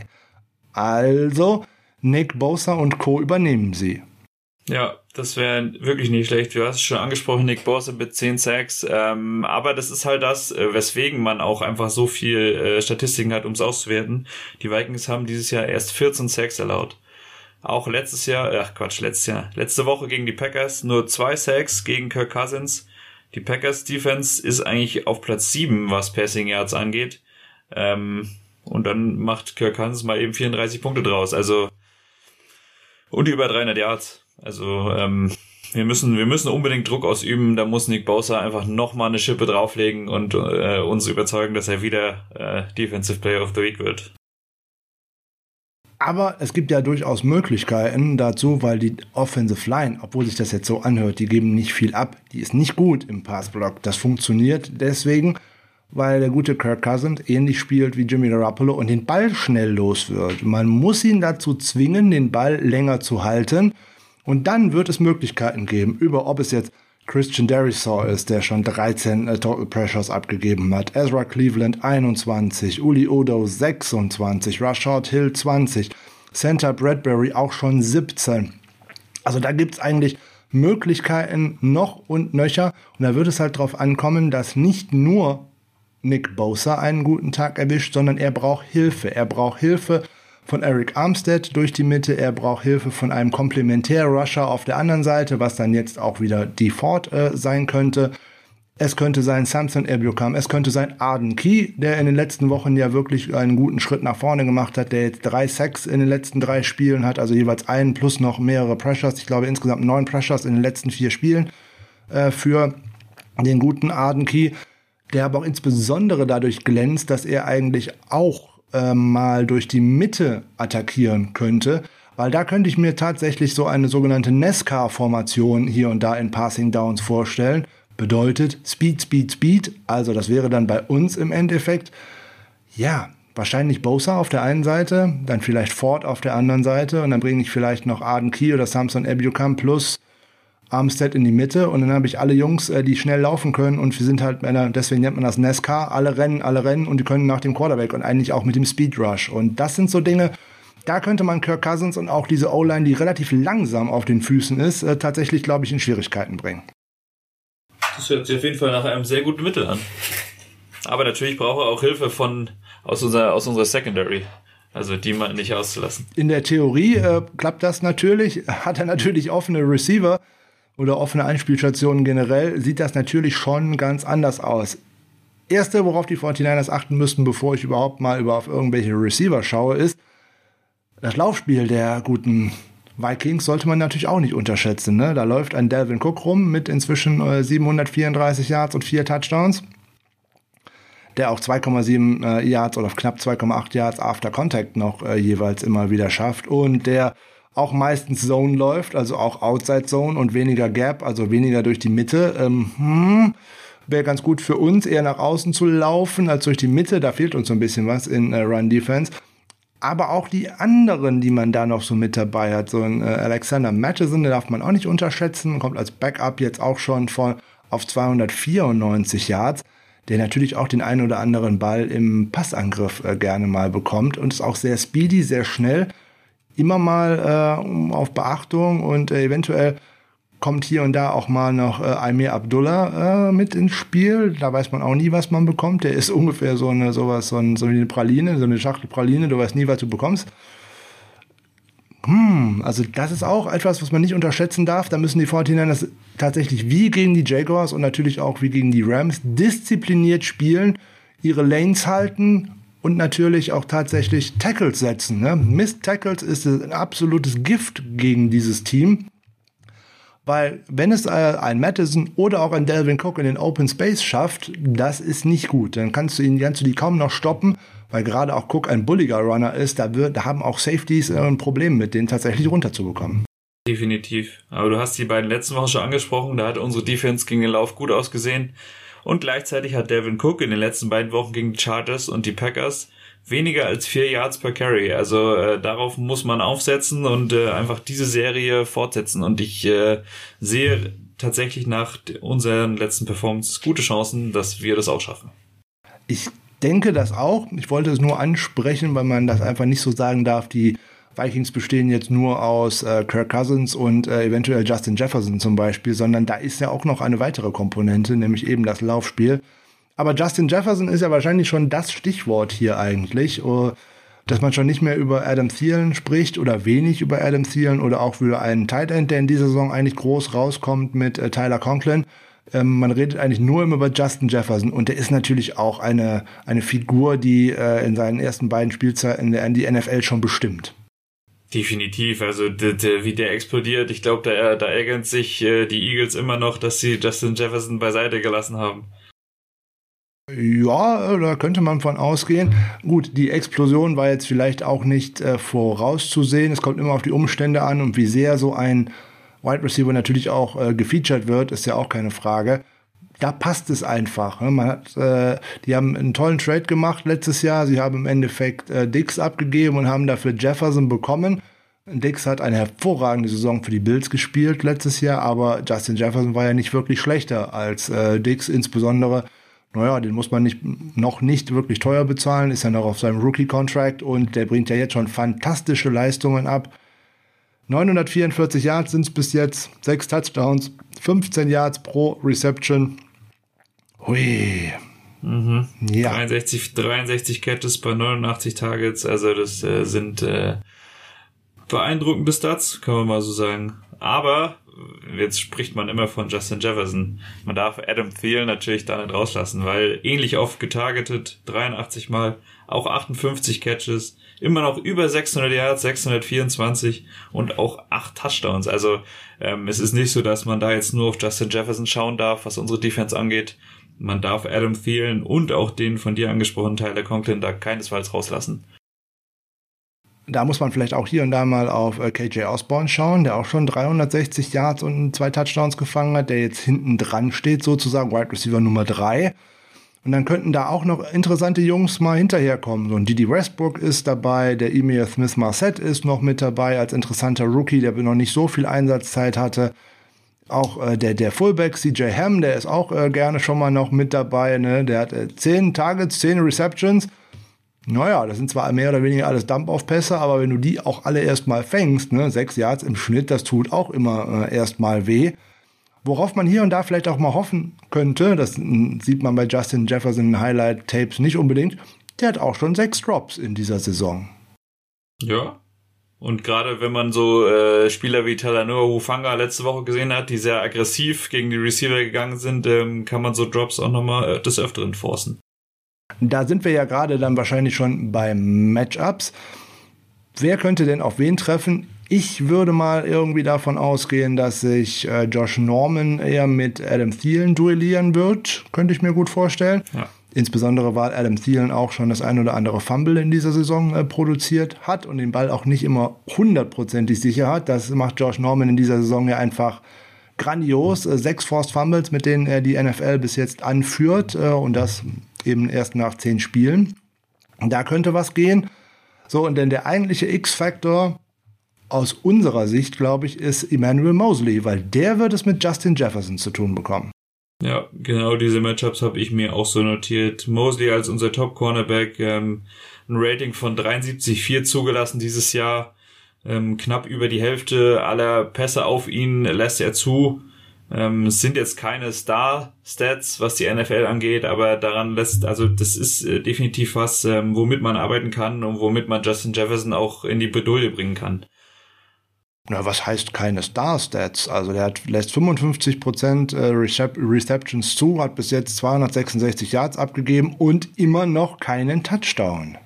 A: Also, Nick Bosa und Co. übernehmen sie.
B: Ja, das wäre wirklich nicht schlecht. Du hast es schon angesprochen, Nick Bosa mit 10 Sacks. Aber das ist halt das, weswegen man auch einfach so viel Statistiken hat, um es auszuwerten. Die Vikings haben dieses Jahr erst 14 Sacks erlaubt. Auch letzte Woche gegen die Packers nur 2 Sacks gegen Kirk Cousins. Die Packers Defense ist eigentlich auf Platz 7, was Passing Yards angeht. Und dann macht Kirk Cousins mal eben 34 Punkte draus. Also, und über 300 Yards. Also wir müssen unbedingt Druck ausüben. Da muss Nick Bosa einfach nochmal eine Schippe drauflegen und uns überzeugen, dass er wieder Defensive Player of the Week wird.
A: Aber es gibt ja durchaus Möglichkeiten dazu, weil die Offensive Line, obwohl sich das jetzt so anhört, die geben nicht viel ab. Die ist nicht gut im Passblock. Das funktioniert deswegen, weil der gute Kirk Cousins ähnlich spielt wie Jimmy Garoppolo und den Ball schnell los wird. Man muss ihn dazu zwingen, den Ball länger zu halten. Und dann wird es Möglichkeiten geben, ob es jetzt Christian Darrisaw ist, der schon 13 Total Pressures abgegeben hat, Ezra Cleveland 21, Uli Odo 26, Rashad Hill 20, Center Bradbury auch schon 17. Also da gibt es eigentlich Möglichkeiten noch und nöcher. Und da wird es halt darauf ankommen, dass nicht nur Nick Bosa einen guten Tag erwischt, sondern er braucht Hilfe. Er braucht Hilfe von Eric Armstead durch die Mitte. Er braucht Hilfe von einem Komplementär-Rusher auf der anderen Seite, was dann jetzt auch wieder Default sein könnte. Es könnte sein Samson Ebukam, es könnte sein Arden Key, der in den letzten Wochen ja wirklich einen guten Schritt nach vorne gemacht hat, der jetzt 3 Sacks in den letzten 3 Spielen hat, also jeweils einen plus noch mehrere Pressures. Ich glaube insgesamt 9 Pressures in den letzten 4 Spielen für den guten Arden Key, der aber auch insbesondere dadurch glänzt, dass er eigentlich auch mal durch die Mitte attackieren könnte, weil da könnte ich mir tatsächlich so eine sogenannte NASCAR-Formation hier und da in Passing Downs vorstellen. Bedeutet Speed, Speed, Speed, also das wäre dann bei uns im Endeffekt, ja, wahrscheinlich Bosa auf der einen Seite, dann vielleicht Ford auf der anderen Seite und dann bringe ich vielleicht noch Arden Key oder Samson Ebukam plus Armstead in die Mitte und dann habe ich alle Jungs, die schnell laufen können und wir sind halt, deswegen nennt man das NASCAR, alle rennen und die können nach dem Quarterback und eigentlich auch mit dem Speed Rush. Und das sind so Dinge, da könnte man Kirk Cousins und auch diese O-Line, die relativ langsam auf den Füßen ist, tatsächlich, glaube ich, in Schwierigkeiten bringen.
B: Das hört sich auf jeden Fall nach einem sehr guten Mittel an. Aber natürlich braucht er auch Hilfe aus unserer Secondary. Also die mal nicht auszulassen.
A: In der Theorie klappt das natürlich. Hat er natürlich offene Receiver oder offene Einspielstationen generell, sieht das natürlich schon ganz anders aus. Erste, worauf die 49ers achten müssten, bevor ich überhaupt mal auf irgendwelche Receiver schaue, ist, das Laufspiel der guten Vikings sollte man natürlich auch nicht unterschätzen. Ne? Da läuft ein Dalvin Cook rum mit inzwischen 734 Yards und 4 Touchdowns, der auch 2,7 Yards oder knapp 2,8 Yards after Contact noch jeweils immer wieder schafft und der auch meistens Zone läuft, also auch Outside Zone und weniger Gap, also weniger durch die Mitte. Wäre ganz gut für uns, eher nach außen zu laufen als durch die Mitte. Da fehlt uns so ein bisschen was in Run Defense. Aber auch die anderen, die man da noch so mit dabei hat, so ein Alexander Mattison, den darf man auch nicht unterschätzen, kommt als Backup jetzt auch schon auf 294 Yards, der natürlich auch den einen oder anderen Ball im Passangriff gerne mal bekommt und ist auch sehr speedy, sehr schnell. Immer mal auf Beachtung und eventuell kommt hier und da auch mal noch Aimee Abdullah mit ins Spiel. Da weiß man auch nie, was man bekommt. Der ist ungefähr so eine Praline, so eine Schachtel Praline. Du weißt nie, was du bekommst. Also das ist auch etwas, was man nicht unterschätzen darf. Da müssen die 49ers tatsächlich wie gegen die Jaguars und natürlich auch wie gegen die Rams diszipliniert spielen, ihre Lanes halten und natürlich auch tatsächlich Tackles setzen. Ne? Missed Tackles ist ein absolutes Gift gegen dieses Team, weil wenn es ein Mattison oder auch ein Dalvin Cook in den Open Space schafft, das ist nicht gut. Dann kannst du die kaum noch stoppen, weil gerade auch Cook ein bulliger Runner ist. Da haben auch Safeties ein Problem mit, den tatsächlich runterzubekommen.
B: Definitiv. Aber du hast die beiden letzten Wochen schon angesprochen, da hat unsere Defense gegen den Lauf gut ausgesehen. Und gleichzeitig hat Dalvin Cook in den letzten beiden Wochen gegen die Chargers und die Packers weniger als 4 Yards per Carry. Also darauf muss man aufsetzen und einfach diese Serie fortsetzen. Und ich sehe tatsächlich nach unseren letzten Performances gute Chancen, dass wir das auch schaffen.
A: Ich denke das auch. Ich wollte es nur ansprechen, weil man das einfach nicht so sagen darf, die Vikings bestehen jetzt nur aus Kirk Cousins und eventuell Justin Jefferson zum Beispiel, sondern da ist ja auch noch eine weitere Komponente, nämlich eben das Laufspiel. Aber Justin Jefferson ist ja wahrscheinlich schon das Stichwort hier eigentlich, dass man schon nicht mehr über Adam Thielen spricht oder wenig über Adam Thielen oder auch über einen Tight End, der in dieser Saison eigentlich groß rauskommt mit Tyler Conklin. Man redet eigentlich nur immer über Justin Jefferson und der ist natürlich auch eine Figur, die in seinen ersten beiden Spielzeiten die NFL schon bestimmt.
B: Definitiv, also wie der explodiert, ich glaube, da ärgern sich die Eagles immer noch, dass sie Justin Jefferson beiseite gelassen haben.
A: Ja, da könnte man von ausgehen. Gut, die Explosion war jetzt vielleicht auch nicht vorauszusehen. Es kommt immer auf die Umstände an und wie sehr so ein Wide Receiver natürlich auch gefeatured wird, ist ja auch keine Frage. Da passt es einfach. Ne? Die haben einen tollen Trade gemacht letztes Jahr. Sie haben im Endeffekt Diggs abgegeben und haben dafür Jefferson bekommen. Diggs hat eine hervorragende Saison für die Bills gespielt letztes Jahr, aber Justin Jefferson war ja nicht wirklich schlechter als Diggs, insbesondere. Naja, den muss man noch nicht wirklich teuer bezahlen, ist ja noch auf seinem Rookie-Contract und der bringt ja jetzt schon fantastische Leistungen ab. 944 Yards sind es bis jetzt, 6 Touchdowns, 15 Yards pro Reception. Hui.
B: Mhm. Ja. 63 Catches bei 89 Targets, also das sind beeindruckende Stats, kann man mal so sagen. Aber jetzt spricht man immer von Justin Jefferson. Man darf Adam Thielen natürlich da nicht rauslassen, weil ähnlich oft getargetet, 83 Mal, auch 58 Catches, immer noch über 600 Yards, 624 und auch 8 Touchdowns. Also es ist nicht so, dass man da jetzt nur auf Justin Jefferson schauen darf, was unsere Defense angeht. Man darf Adam Thielen und auch den von dir angesprochenen Tyler Conklin da keinesfalls rauslassen.
A: Da muss man vielleicht auch hier und da mal auf KJ Osborne schauen, der auch schon 360 Yards und 2 Touchdowns gefangen hat, der jetzt hinten dran steht, sozusagen Wide Receiver Nummer 3. Und dann könnten da auch noch interessante Jungs mal hinterherkommen. So ein Didi Westbrook ist dabei, der Emil Smith-Marset ist noch mit dabei als interessanter Rookie, der noch nicht so viel Einsatzzeit hatte. Auch der Fullback CJ Ham, der ist auch gerne schon mal noch mit dabei. Ne? Der hat 10 Targets, 10 Receptions. Naja, das sind zwar mehr oder weniger alles Dump-Off-Pässe, aber wenn du die auch alle erstmal fängst, ne, 6 Yards im Schnitt, das tut auch immer erstmal weh. Worauf man hier und da vielleicht auch mal hoffen könnte, das sieht man bei Justin Jefferson in Highlight-Tapes nicht unbedingt, der hat auch schon 6 Drops in dieser Saison.
B: Ja, und gerade wenn man so Spieler wie Talanoa Hufanga letzte Woche gesehen hat, die sehr aggressiv gegen die Receiver gegangen sind, kann man so Drops auch nochmal des Öfteren forcen.
A: Da sind wir ja gerade dann wahrscheinlich schon bei Matchups. Wer könnte denn auf wen treffen? Ich würde mal irgendwie davon ausgehen, dass sich Josh Norman eher mit Adam Thielen duellieren wird. Könnte ich mir gut vorstellen. Ja. Insbesondere, weil Adam Thielen auch schon das ein oder andere Fumble in dieser Saison produziert hat und den Ball auch nicht immer 100% sicher hat. Das macht Josh Norman in dieser Saison ja einfach grandios. 6 Forced Fumbles, mit denen er die NFL bis jetzt anführt und das eben erst nach 10 Spielen. Und da könnte was gehen. So, und dann der eigentliche X-Factor aus unserer Sicht, glaube ich, ist Emmanuel Mosley, weil der wird es mit Justin Jefferson zu tun bekommen.
B: Ja, genau diese Matchups habe ich mir auch so notiert. Mosley als unser Top-Cornerback, ein Rating von 73,4 zugelassen dieses Jahr. Knapp über die Hälfte aller Pässe auf ihn lässt er zu. Es sind jetzt keine Star-Stats, was die NFL angeht, aber das ist definitiv was, womit man arbeiten kann und womit man Justin Jefferson auch in die Bredouille bringen kann.
A: Na, was heißt keine Star-Stats? Also der lässt 55% Receptions zu, hat bis jetzt 266 Yards abgegeben und immer noch keinen Touchdown.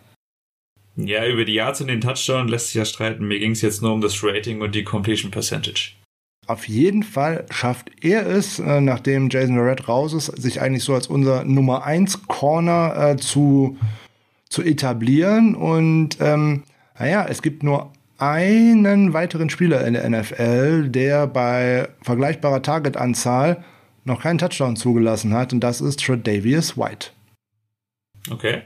B: Ja, über die Yards und den Touchdown lässt sich ja streiten. Mir ging es jetzt nur um das Rating und die Completion Percentage.
A: Auf jeden Fall schafft er es, nachdem Jason Verrett raus ist, sich eigentlich so als unser Nummer 1 Corner zu etablieren. Und es gibt nur einen weiteren Spieler in der NFL, der bei vergleichbarer Targetanzahl noch keinen Touchdown zugelassen hat. Und das ist Tre'Davious White.
B: Okay.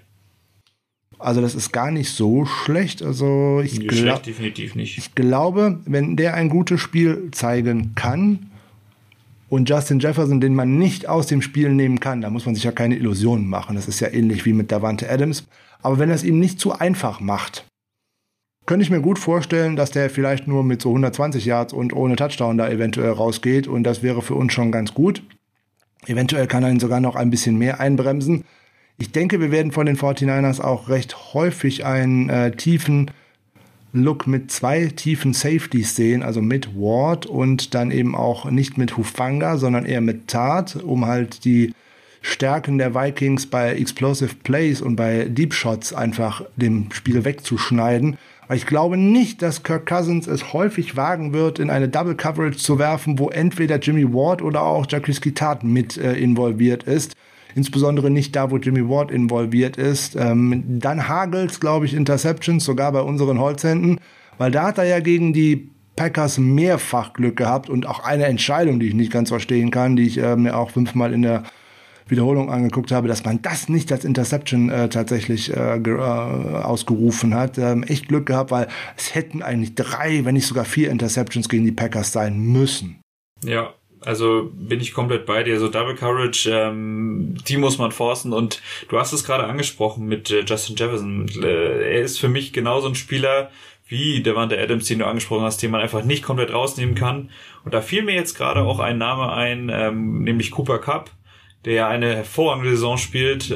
A: Also das ist gar nicht so schlecht. Also
B: schlecht definitiv nicht.
A: Ich glaube, wenn der ein gutes Spiel zeigen kann und Justin Jefferson, den man nicht aus dem Spiel nehmen kann, da muss man sich ja keine Illusionen machen. Das ist ja ähnlich wie mit Davante Adams. Aber wenn er es ihm nicht zu einfach macht, könnte ich mir gut vorstellen, dass der vielleicht nur mit so 120 Yards und ohne Touchdown da eventuell rausgeht. Und das wäre für uns schon ganz gut. Eventuell kann er ihn sogar noch ein bisschen mehr einbremsen. Ich denke, wir werden von den 49ers auch recht häufig einen tiefen Look mit 2 tiefen Safeties sehen, also mit Ward und dann eben auch nicht mit Hufanga, sondern eher mit Tart, um halt die Stärken der Vikings bei Explosive Plays und bei Deep Shots einfach dem Spiel wegzuschneiden. Weil ich glaube nicht, dass Kirk Cousins es häufig wagen wird, in eine Double Coverage zu werfen, wo entweder Jimmy Ward oder auch Jaquiski Tartt mit involviert ist. Insbesondere nicht da, wo Jimmy Ward involviert ist. Dann hagelt's, glaube ich, Interceptions, sogar bei unseren Holzhänden, weil da hat er ja gegen die Packers mehrfach Glück gehabt und auch eine Entscheidung, die ich nicht ganz verstehen kann, die ich mir auch 5-mal in der Wiederholung angeguckt habe, dass man das nicht als Interception tatsächlich ausgerufen hat. Echt Glück gehabt, weil es hätten eigentlich 3, wenn nicht sogar 4 Interceptions gegen die Packers sein müssen.
B: Ja. Also bin ich komplett bei dir. So Double Coverage, die muss man forcen. Und du hast es gerade angesprochen mit Justin Jefferson. Er ist für mich genauso ein Spieler wie Davante Adams, den du angesprochen hast, den man einfach nicht komplett rausnehmen kann. Und da fiel mir jetzt gerade auch ein Name ein, nämlich Cooper Kupp, der eine hervorragende Saison spielt.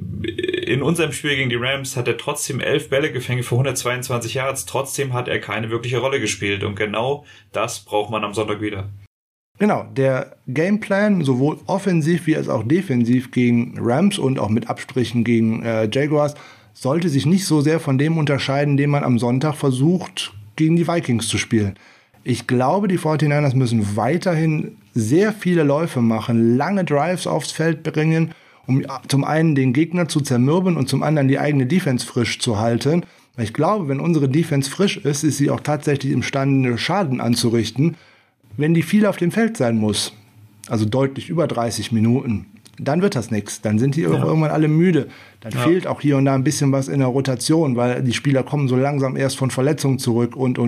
B: In unserem Spiel gegen die Rams hat er trotzdem 11 Bälle gefangen für 122 Yards. Trotzdem hat er keine wirkliche Rolle gespielt. Und genau das braucht man am Sonntag wieder.
A: Genau, der Gameplan, sowohl offensiv wie als auch defensiv gegen Rams und auch mit Abstrichen gegen Jaguars, sollte sich nicht so sehr von dem unterscheiden, den man am Sonntag versucht, gegen die Vikings zu spielen. Ich glaube, die 49ers müssen weiterhin sehr viele Läufe machen, lange Drives aufs Feld bringen, um zum einen den Gegner zu zermürben und zum anderen die eigene Defense frisch zu halten. Weil ich glaube, wenn unsere Defense frisch ist, ist sie auch tatsächlich imstande, Schaden anzurichten. Wenn die viel auf dem Feld sein muss, also deutlich über 30 Minuten, dann wird das nichts. Dann sind die irgendwann alle müde. Dann fehlt auch hier und da ein bisschen was in der Rotation, weil die Spieler kommen so langsam erst von Verletzungen zurück und.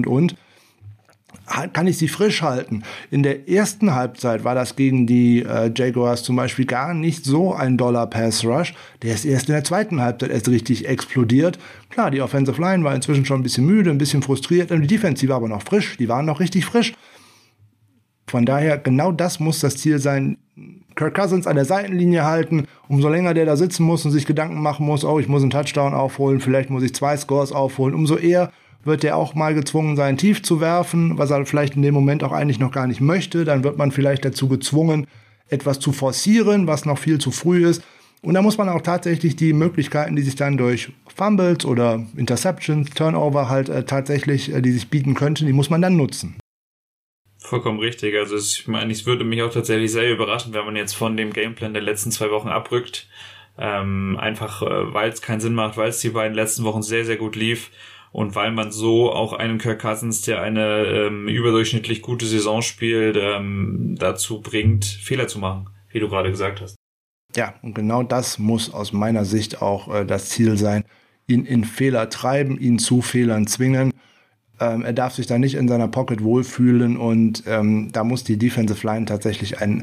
A: Kann ich sie frisch halten? In der ersten Halbzeit war das gegen die Jaguars zum Beispiel gar nicht so ein doller Pass-Rush. Der ist erst in der zweiten Halbzeit erst richtig explodiert. Klar, die Offensive Line war inzwischen schon ein bisschen müde, ein bisschen frustriert. Und die Defense, die war aber noch frisch. Die waren noch richtig frisch. Von daher, genau das muss das Ziel sein. Kirk Cousins an der Seitenlinie halten. Umso länger der da sitzen muss und sich Gedanken machen muss, oh, ich muss einen Touchdown aufholen, vielleicht muss ich 2 Scores aufholen, umso eher wird er auch mal gezwungen sein, tief zu werfen, was er vielleicht in dem Moment auch eigentlich noch gar nicht möchte. Dann wird man vielleicht dazu gezwungen, etwas zu forcieren, was noch viel zu früh ist. Und da muss man auch tatsächlich die Möglichkeiten, die sich dann durch Fumbles oder Interceptions, Turnover halt tatsächlich, die sich bieten könnten, die muss man dann nutzen.
B: Vollkommen richtig. Also ich meine, es würde mich auch tatsächlich sehr überraschen, wenn man jetzt von dem Gameplan der letzten 2 Wochen abrückt. Einfach, weil es keinen Sinn macht, weil es die beiden letzten Wochen sehr, sehr gut lief. Und weil man so auch einen Kirk Cousins, der eine überdurchschnittlich gute Saison spielt, dazu bringt, Fehler zu machen, wie du gerade gesagt hast.
A: Ja, und genau das muss aus meiner Sicht auch das Ziel sein. Ihn in Fehler treiben, ihn zu Fehlern zwingen. Er darf sich da nicht in seiner Pocket wohlfühlen und da muss die Defensive Line tatsächlich einen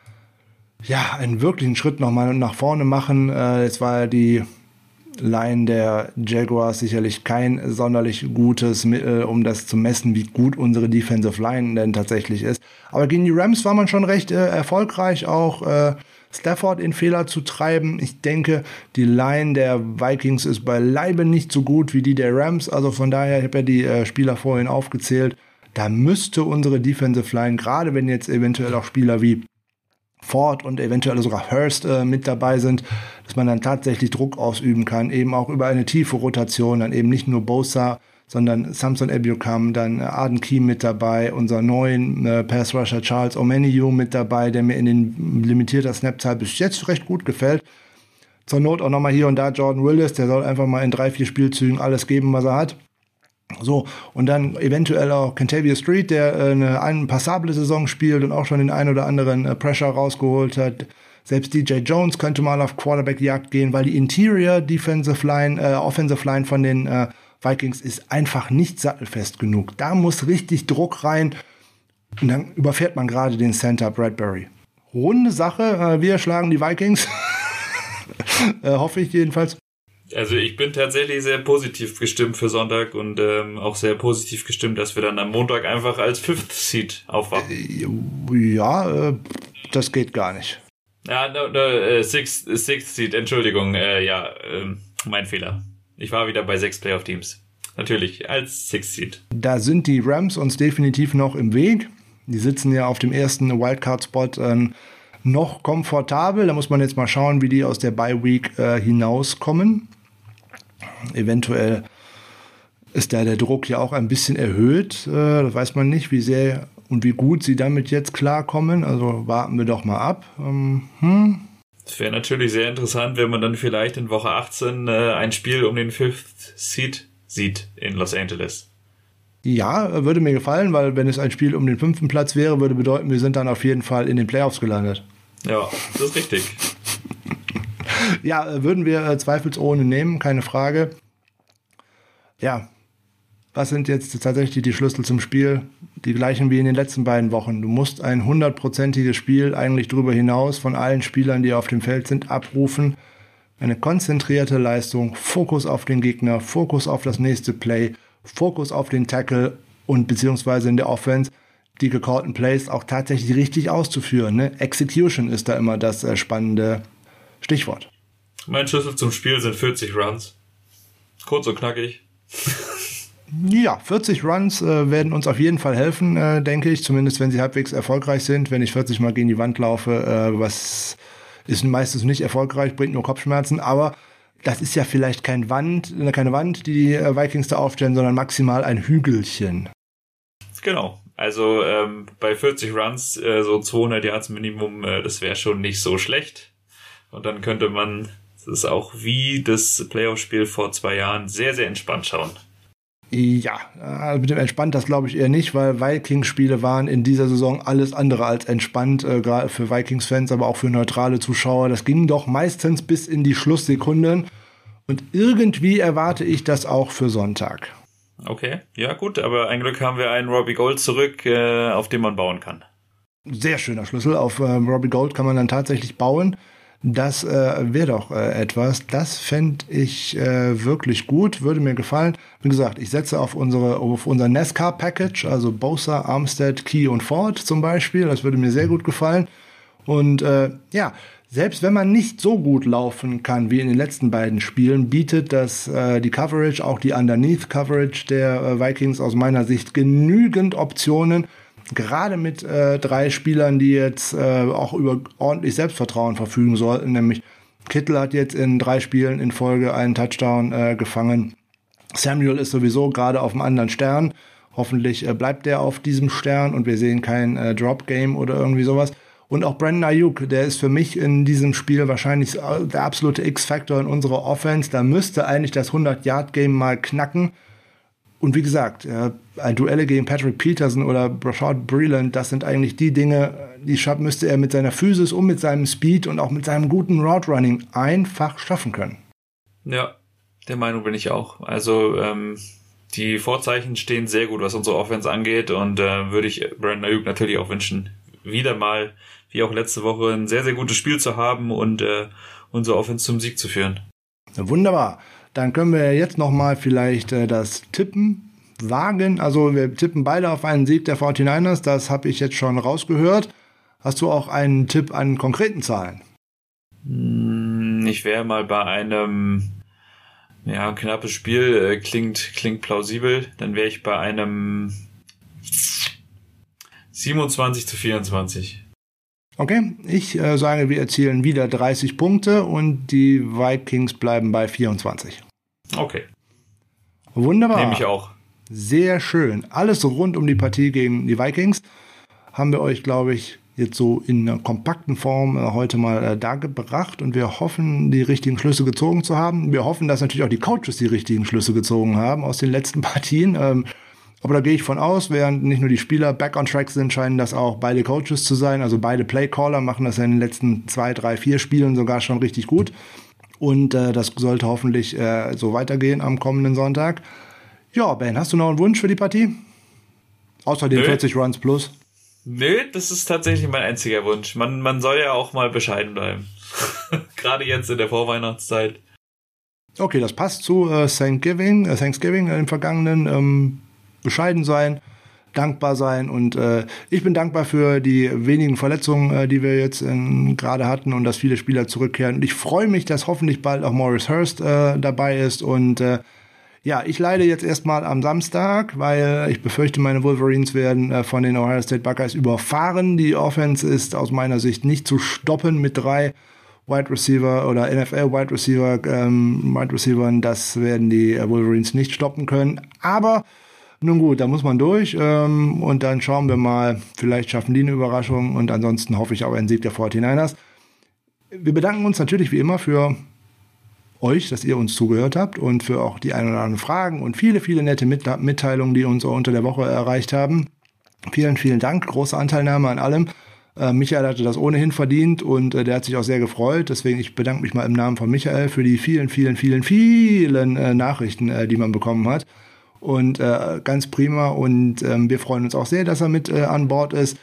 A: wirklichen Schritt nochmal nach vorne machen. Es war die Line der Jaguars sicherlich kein sonderlich gutes Mittel, um das zu messen, wie gut unsere Defensive Line denn tatsächlich ist. Aber gegen die Rams war man schon recht erfolgreich, auch Stafford in Fehler zu treiben. Ich denke, die Line der Vikings ist beileibe nicht so gut wie die der Rams. Also von daher, ich habe ja die Spieler vorhin aufgezählt, da müsste unsere Defensive Line, gerade wenn jetzt eventuell auch Spieler wie Ford und eventuell sogar Hurst mit dabei sind, dass man dann tatsächlich Druck ausüben kann, eben auch über eine tiefe Rotation, dann eben nicht nur Bosa, sondern Samson Ebukam, dann Arden Key mit dabei, unser neuen Pass-Rusher Charles Omenihu mit dabei, der mir in den limitierter Snap-Zahl bis jetzt recht gut gefällt. Zur Not auch nochmal hier und da Jordan Willis, der soll einfach mal in 3-4 Spielzügen alles geben, was er hat. So, und dann eventuell auch Kentavious Street, der eine passable Saison spielt und auch schon den ein oder anderen Pressure rausgeholt hat. Selbst DJ Jones könnte mal auf Quarterback-Jagd gehen, weil die Interior Offensive Line von den Vikings ist einfach nicht sattelfest genug. Da muss richtig Druck rein und dann überfährt man gerade den Center Bradbury. Runde Sache, wir schlagen die Vikings. Hoffe ich jedenfalls.
B: Also ich bin tatsächlich sehr positiv gestimmt für Sonntag und auch sehr positiv gestimmt, dass wir dann am Montag einfach als Fifth Seed aufwachen.
A: Das geht gar nicht.
B: Ja, Sixth Seed, Entschuldigung, mein Fehler. Ich war wieder bei 6 Playoff-Teams. Natürlich, als Sixth Seed.
A: Da sind die Rams uns definitiv noch im Weg. Die sitzen ja auf dem ersten Wildcard-Spot noch komfortabel. Da muss man jetzt mal schauen, wie die aus der Bye-Week hinauskommen. Eventuell ist da der Druck ja auch ein bisschen erhöht. Das weiß man nicht, wie sehr und wie gut sie damit jetzt klarkommen. Also warten wir doch mal ab.
B: Es wäre natürlich sehr interessant, wenn man dann vielleicht in Woche 18 ein Spiel um den Fifth Seed sieht in Los Angeles.
A: Ja, würde mir gefallen, weil wenn es ein Spiel um den 5. Platz wäre, würde bedeuten, wir sind dann auf jeden Fall in den Playoffs gelandet.
B: Ja, das ist richtig.
A: Ja, würden wir zweifelsohne nehmen, keine Frage. Ja, was sind jetzt tatsächlich die Schlüssel zum Spiel? Die gleichen wie in den letzten beiden Wochen. Du musst ein 100%iges Spiel eigentlich darüber hinaus von allen Spielern, die auf dem Feld sind, abrufen. Eine konzentrierte Leistung, Fokus auf den Gegner, Fokus auf das nächste Play, Fokus auf den Tackle und beziehungsweise in der Offense die gecallten Plays auch tatsächlich richtig auszuführen. Ne? Execution ist da immer das spannende Stichwort.
B: Mein Schlüssel zum Spiel sind 40 Runs. Kurz und knackig.
A: Ja, 40 Runs werden uns auf jeden Fall helfen, denke ich. Zumindest wenn sie halbwegs erfolgreich sind. Wenn ich 40 Mal gegen die Wand laufe, was ist meistens nicht erfolgreich, bringt nur Kopfschmerzen. Aber das ist ja vielleicht keine Wand, die die Vikings da aufstellen, sondern maximal ein Hügelchen.
B: Genau. Also bei 40 Runs so 200 Yards Minimum, das wäre schon nicht so schlecht. Und dann könnte man das auch wie das Playoff-Spiel vor 2 Jahren sehr, sehr entspannt schauen.
A: Ja, mit dem entspannt das glaube ich eher nicht, weil Vikings-Spiele waren in dieser Saison alles andere als entspannt, gerade für Vikings-Fans, aber auch für neutrale Zuschauer. Das ging doch meistens bis in die Schlusssekunden und irgendwie erwarte ich das auch für Sonntag.
B: Okay, ja gut, aber ein Glück haben wir einen Robbie Gould zurück, auf den man bauen kann.
A: Sehr schöner Schlüssel. Auf Robbie Gould kann man dann tatsächlich bauen. Das wäre doch etwas. Das fände ich wirklich gut, würde mir gefallen. Wie gesagt, ich setze auf unser NASCAR-Package, also Bosa, Armstead, Key und Ford zum Beispiel. Das würde mir sehr gut gefallen. Und selbst wenn man nicht so gut laufen kann wie in den letzten beiden Spielen, bietet das die Coverage, auch die Underneath-Coverage der Vikings aus meiner Sicht genügend Optionen. Gerade mit 3 Spielern, die jetzt auch über ordentlich Selbstvertrauen verfügen sollten, nämlich Kittle hat jetzt in 3 Spielen in Folge einen Touchdown gefangen. Samuel ist sowieso gerade auf einem anderen Stern. Hoffentlich bleibt der auf diesem Stern und wir sehen kein Drop-Game oder irgendwie sowas. Und auch Brandon Ayuk, der ist für mich in diesem Spiel wahrscheinlich der absolute X-Factor in unserer Offense. Da müsste eigentlich das 100-Yard-Game mal knacken. Und wie gesagt, Duelle gegen Patrick Peterson oder Rashad Breeland, das sind eigentlich die Dinge, die müsste er mit seiner Physis und mit seinem Speed und auch mit seinem guten Route Running einfach schaffen können.
B: Ja, der Meinung bin ich auch. Also die Vorzeichen stehen sehr gut, was unsere Offense angeht und würde ich Brandon Ayuk natürlich auch wünschen, wieder mal, wie auch letzte Woche, ein sehr, sehr gutes Spiel zu haben und unsere Offense zum Sieg zu führen.
A: Wunderbar. Dann können wir jetzt nochmal vielleicht das Tippen wagen. Also wir tippen beide auf einen Sieg der 49ers. Das habe ich jetzt schon rausgehört. Hast du auch einen Tipp an konkreten Zahlen?
B: Ich wäre mal bei einem knappes Spiel, klingt plausibel. Dann wäre ich bei einem 27-24.
A: Okay, ich sage, wir erzielen wieder 30 Punkte und die Vikings bleiben bei 24.
B: Okay.
A: Wunderbar.
B: Nehme ich auch.
A: Sehr schön. Alles rund um die Partie gegen die Vikings haben wir euch, glaube ich, jetzt so in einer kompakten Form heute mal dargebracht und wir hoffen, die richtigen Schlüsse gezogen zu haben. Wir hoffen, dass natürlich auch die Coaches die richtigen Schlüsse gezogen haben aus den letzten Partien. Aber da gehe ich von aus, während nicht nur die Spieler back on track sind, scheinen das auch beide Coaches zu sein. Also beide Playcaller machen das ja in den letzten 2, 3, 4 Spielen sogar schon richtig gut. Und das sollte hoffentlich so weitergehen am kommenden Sonntag. Ja, Ben, hast du noch einen Wunsch für die Partie? Außer den 40 Runs plus?
B: Nö, das ist tatsächlich mein einziger Wunsch. Man soll ja auch mal bescheiden bleiben. Gerade jetzt in der Vorweihnachtszeit.
A: Okay, das passt zu Thanksgiving im vergangenen. Bescheiden sein, dankbar sein und ich bin dankbar für die wenigen Verletzungen, die wir jetzt gerade hatten und dass viele Spieler zurückkehren und ich freue mich, dass hoffentlich bald auch Maurice Hurst dabei ist und ich leide jetzt erstmal am Samstag, weil ich befürchte, meine Wolverines werden von den Ohio State Buckeyes überfahren. Die Offense ist aus meiner Sicht nicht zu stoppen mit 3 Wide Receiver oder NFL Wide Receivern, das werden die Wolverines nicht stoppen können, aber nun gut, da muss man durch und dann schauen wir mal, vielleicht schaffen die eine Überraschung und ansonsten hoffe ich auf einen Sieg der 49ers. Wir bedanken uns natürlich wie immer für euch, dass ihr uns zugehört habt und für auch die ein oder anderen Fragen und viele, viele nette Mitteilungen, die uns unter der Woche erreicht haben. Vielen, vielen Dank, große Anteilnahme an allem. Michael hatte das ohnehin verdient und der hat sich auch sehr gefreut. Deswegen, ich bedanke mich mal im Namen von Michael für die vielen, vielen, vielen, vielen Nachrichten, die man bekommen hat. Und ganz prima und wir freuen uns auch sehr, dass er mit an Bord ist.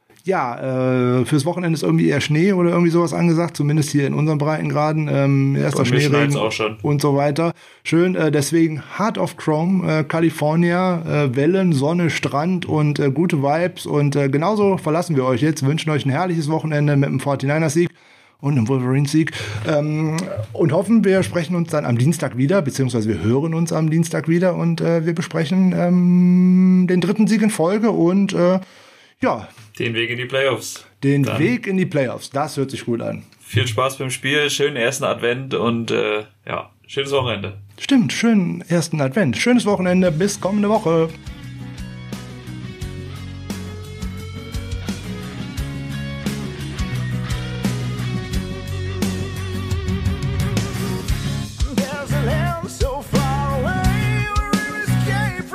A: Ja, fürs Wochenende ist irgendwie eher Schnee oder irgendwie sowas angesagt, zumindest hier in unseren Breitengraden. Erster Schneeregen und so weiter. Schön, deswegen Heart of Chrome, California, Wellen, Sonne, Strand und gute Vibes. Und genauso verlassen wir euch jetzt, wünschen euch ein herrliches Wochenende mit einem 49ers-Sieg. Und einem Wolverines-Sieg. Und hoffen, wir sprechen uns dann am Dienstag wieder, beziehungsweise wir hören uns am Dienstag wieder und wir besprechen den 3. Sieg in Folge und
B: den Weg in die Playoffs.
A: Weg in die Playoffs, das hört sich gut an.
B: Viel Spaß beim Spiel, schönen ersten Advent und schönes Wochenende.
A: Stimmt, schönen ersten Advent. Schönes Wochenende, bis kommende Woche.
C: So far away, where we escape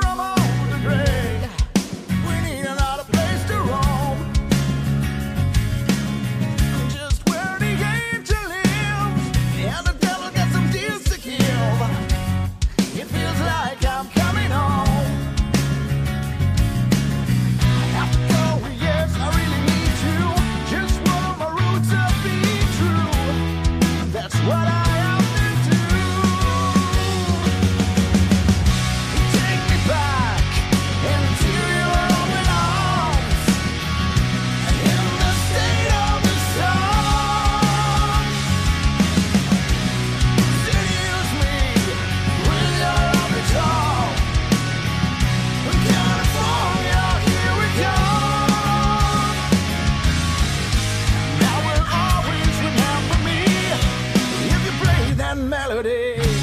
A: melody.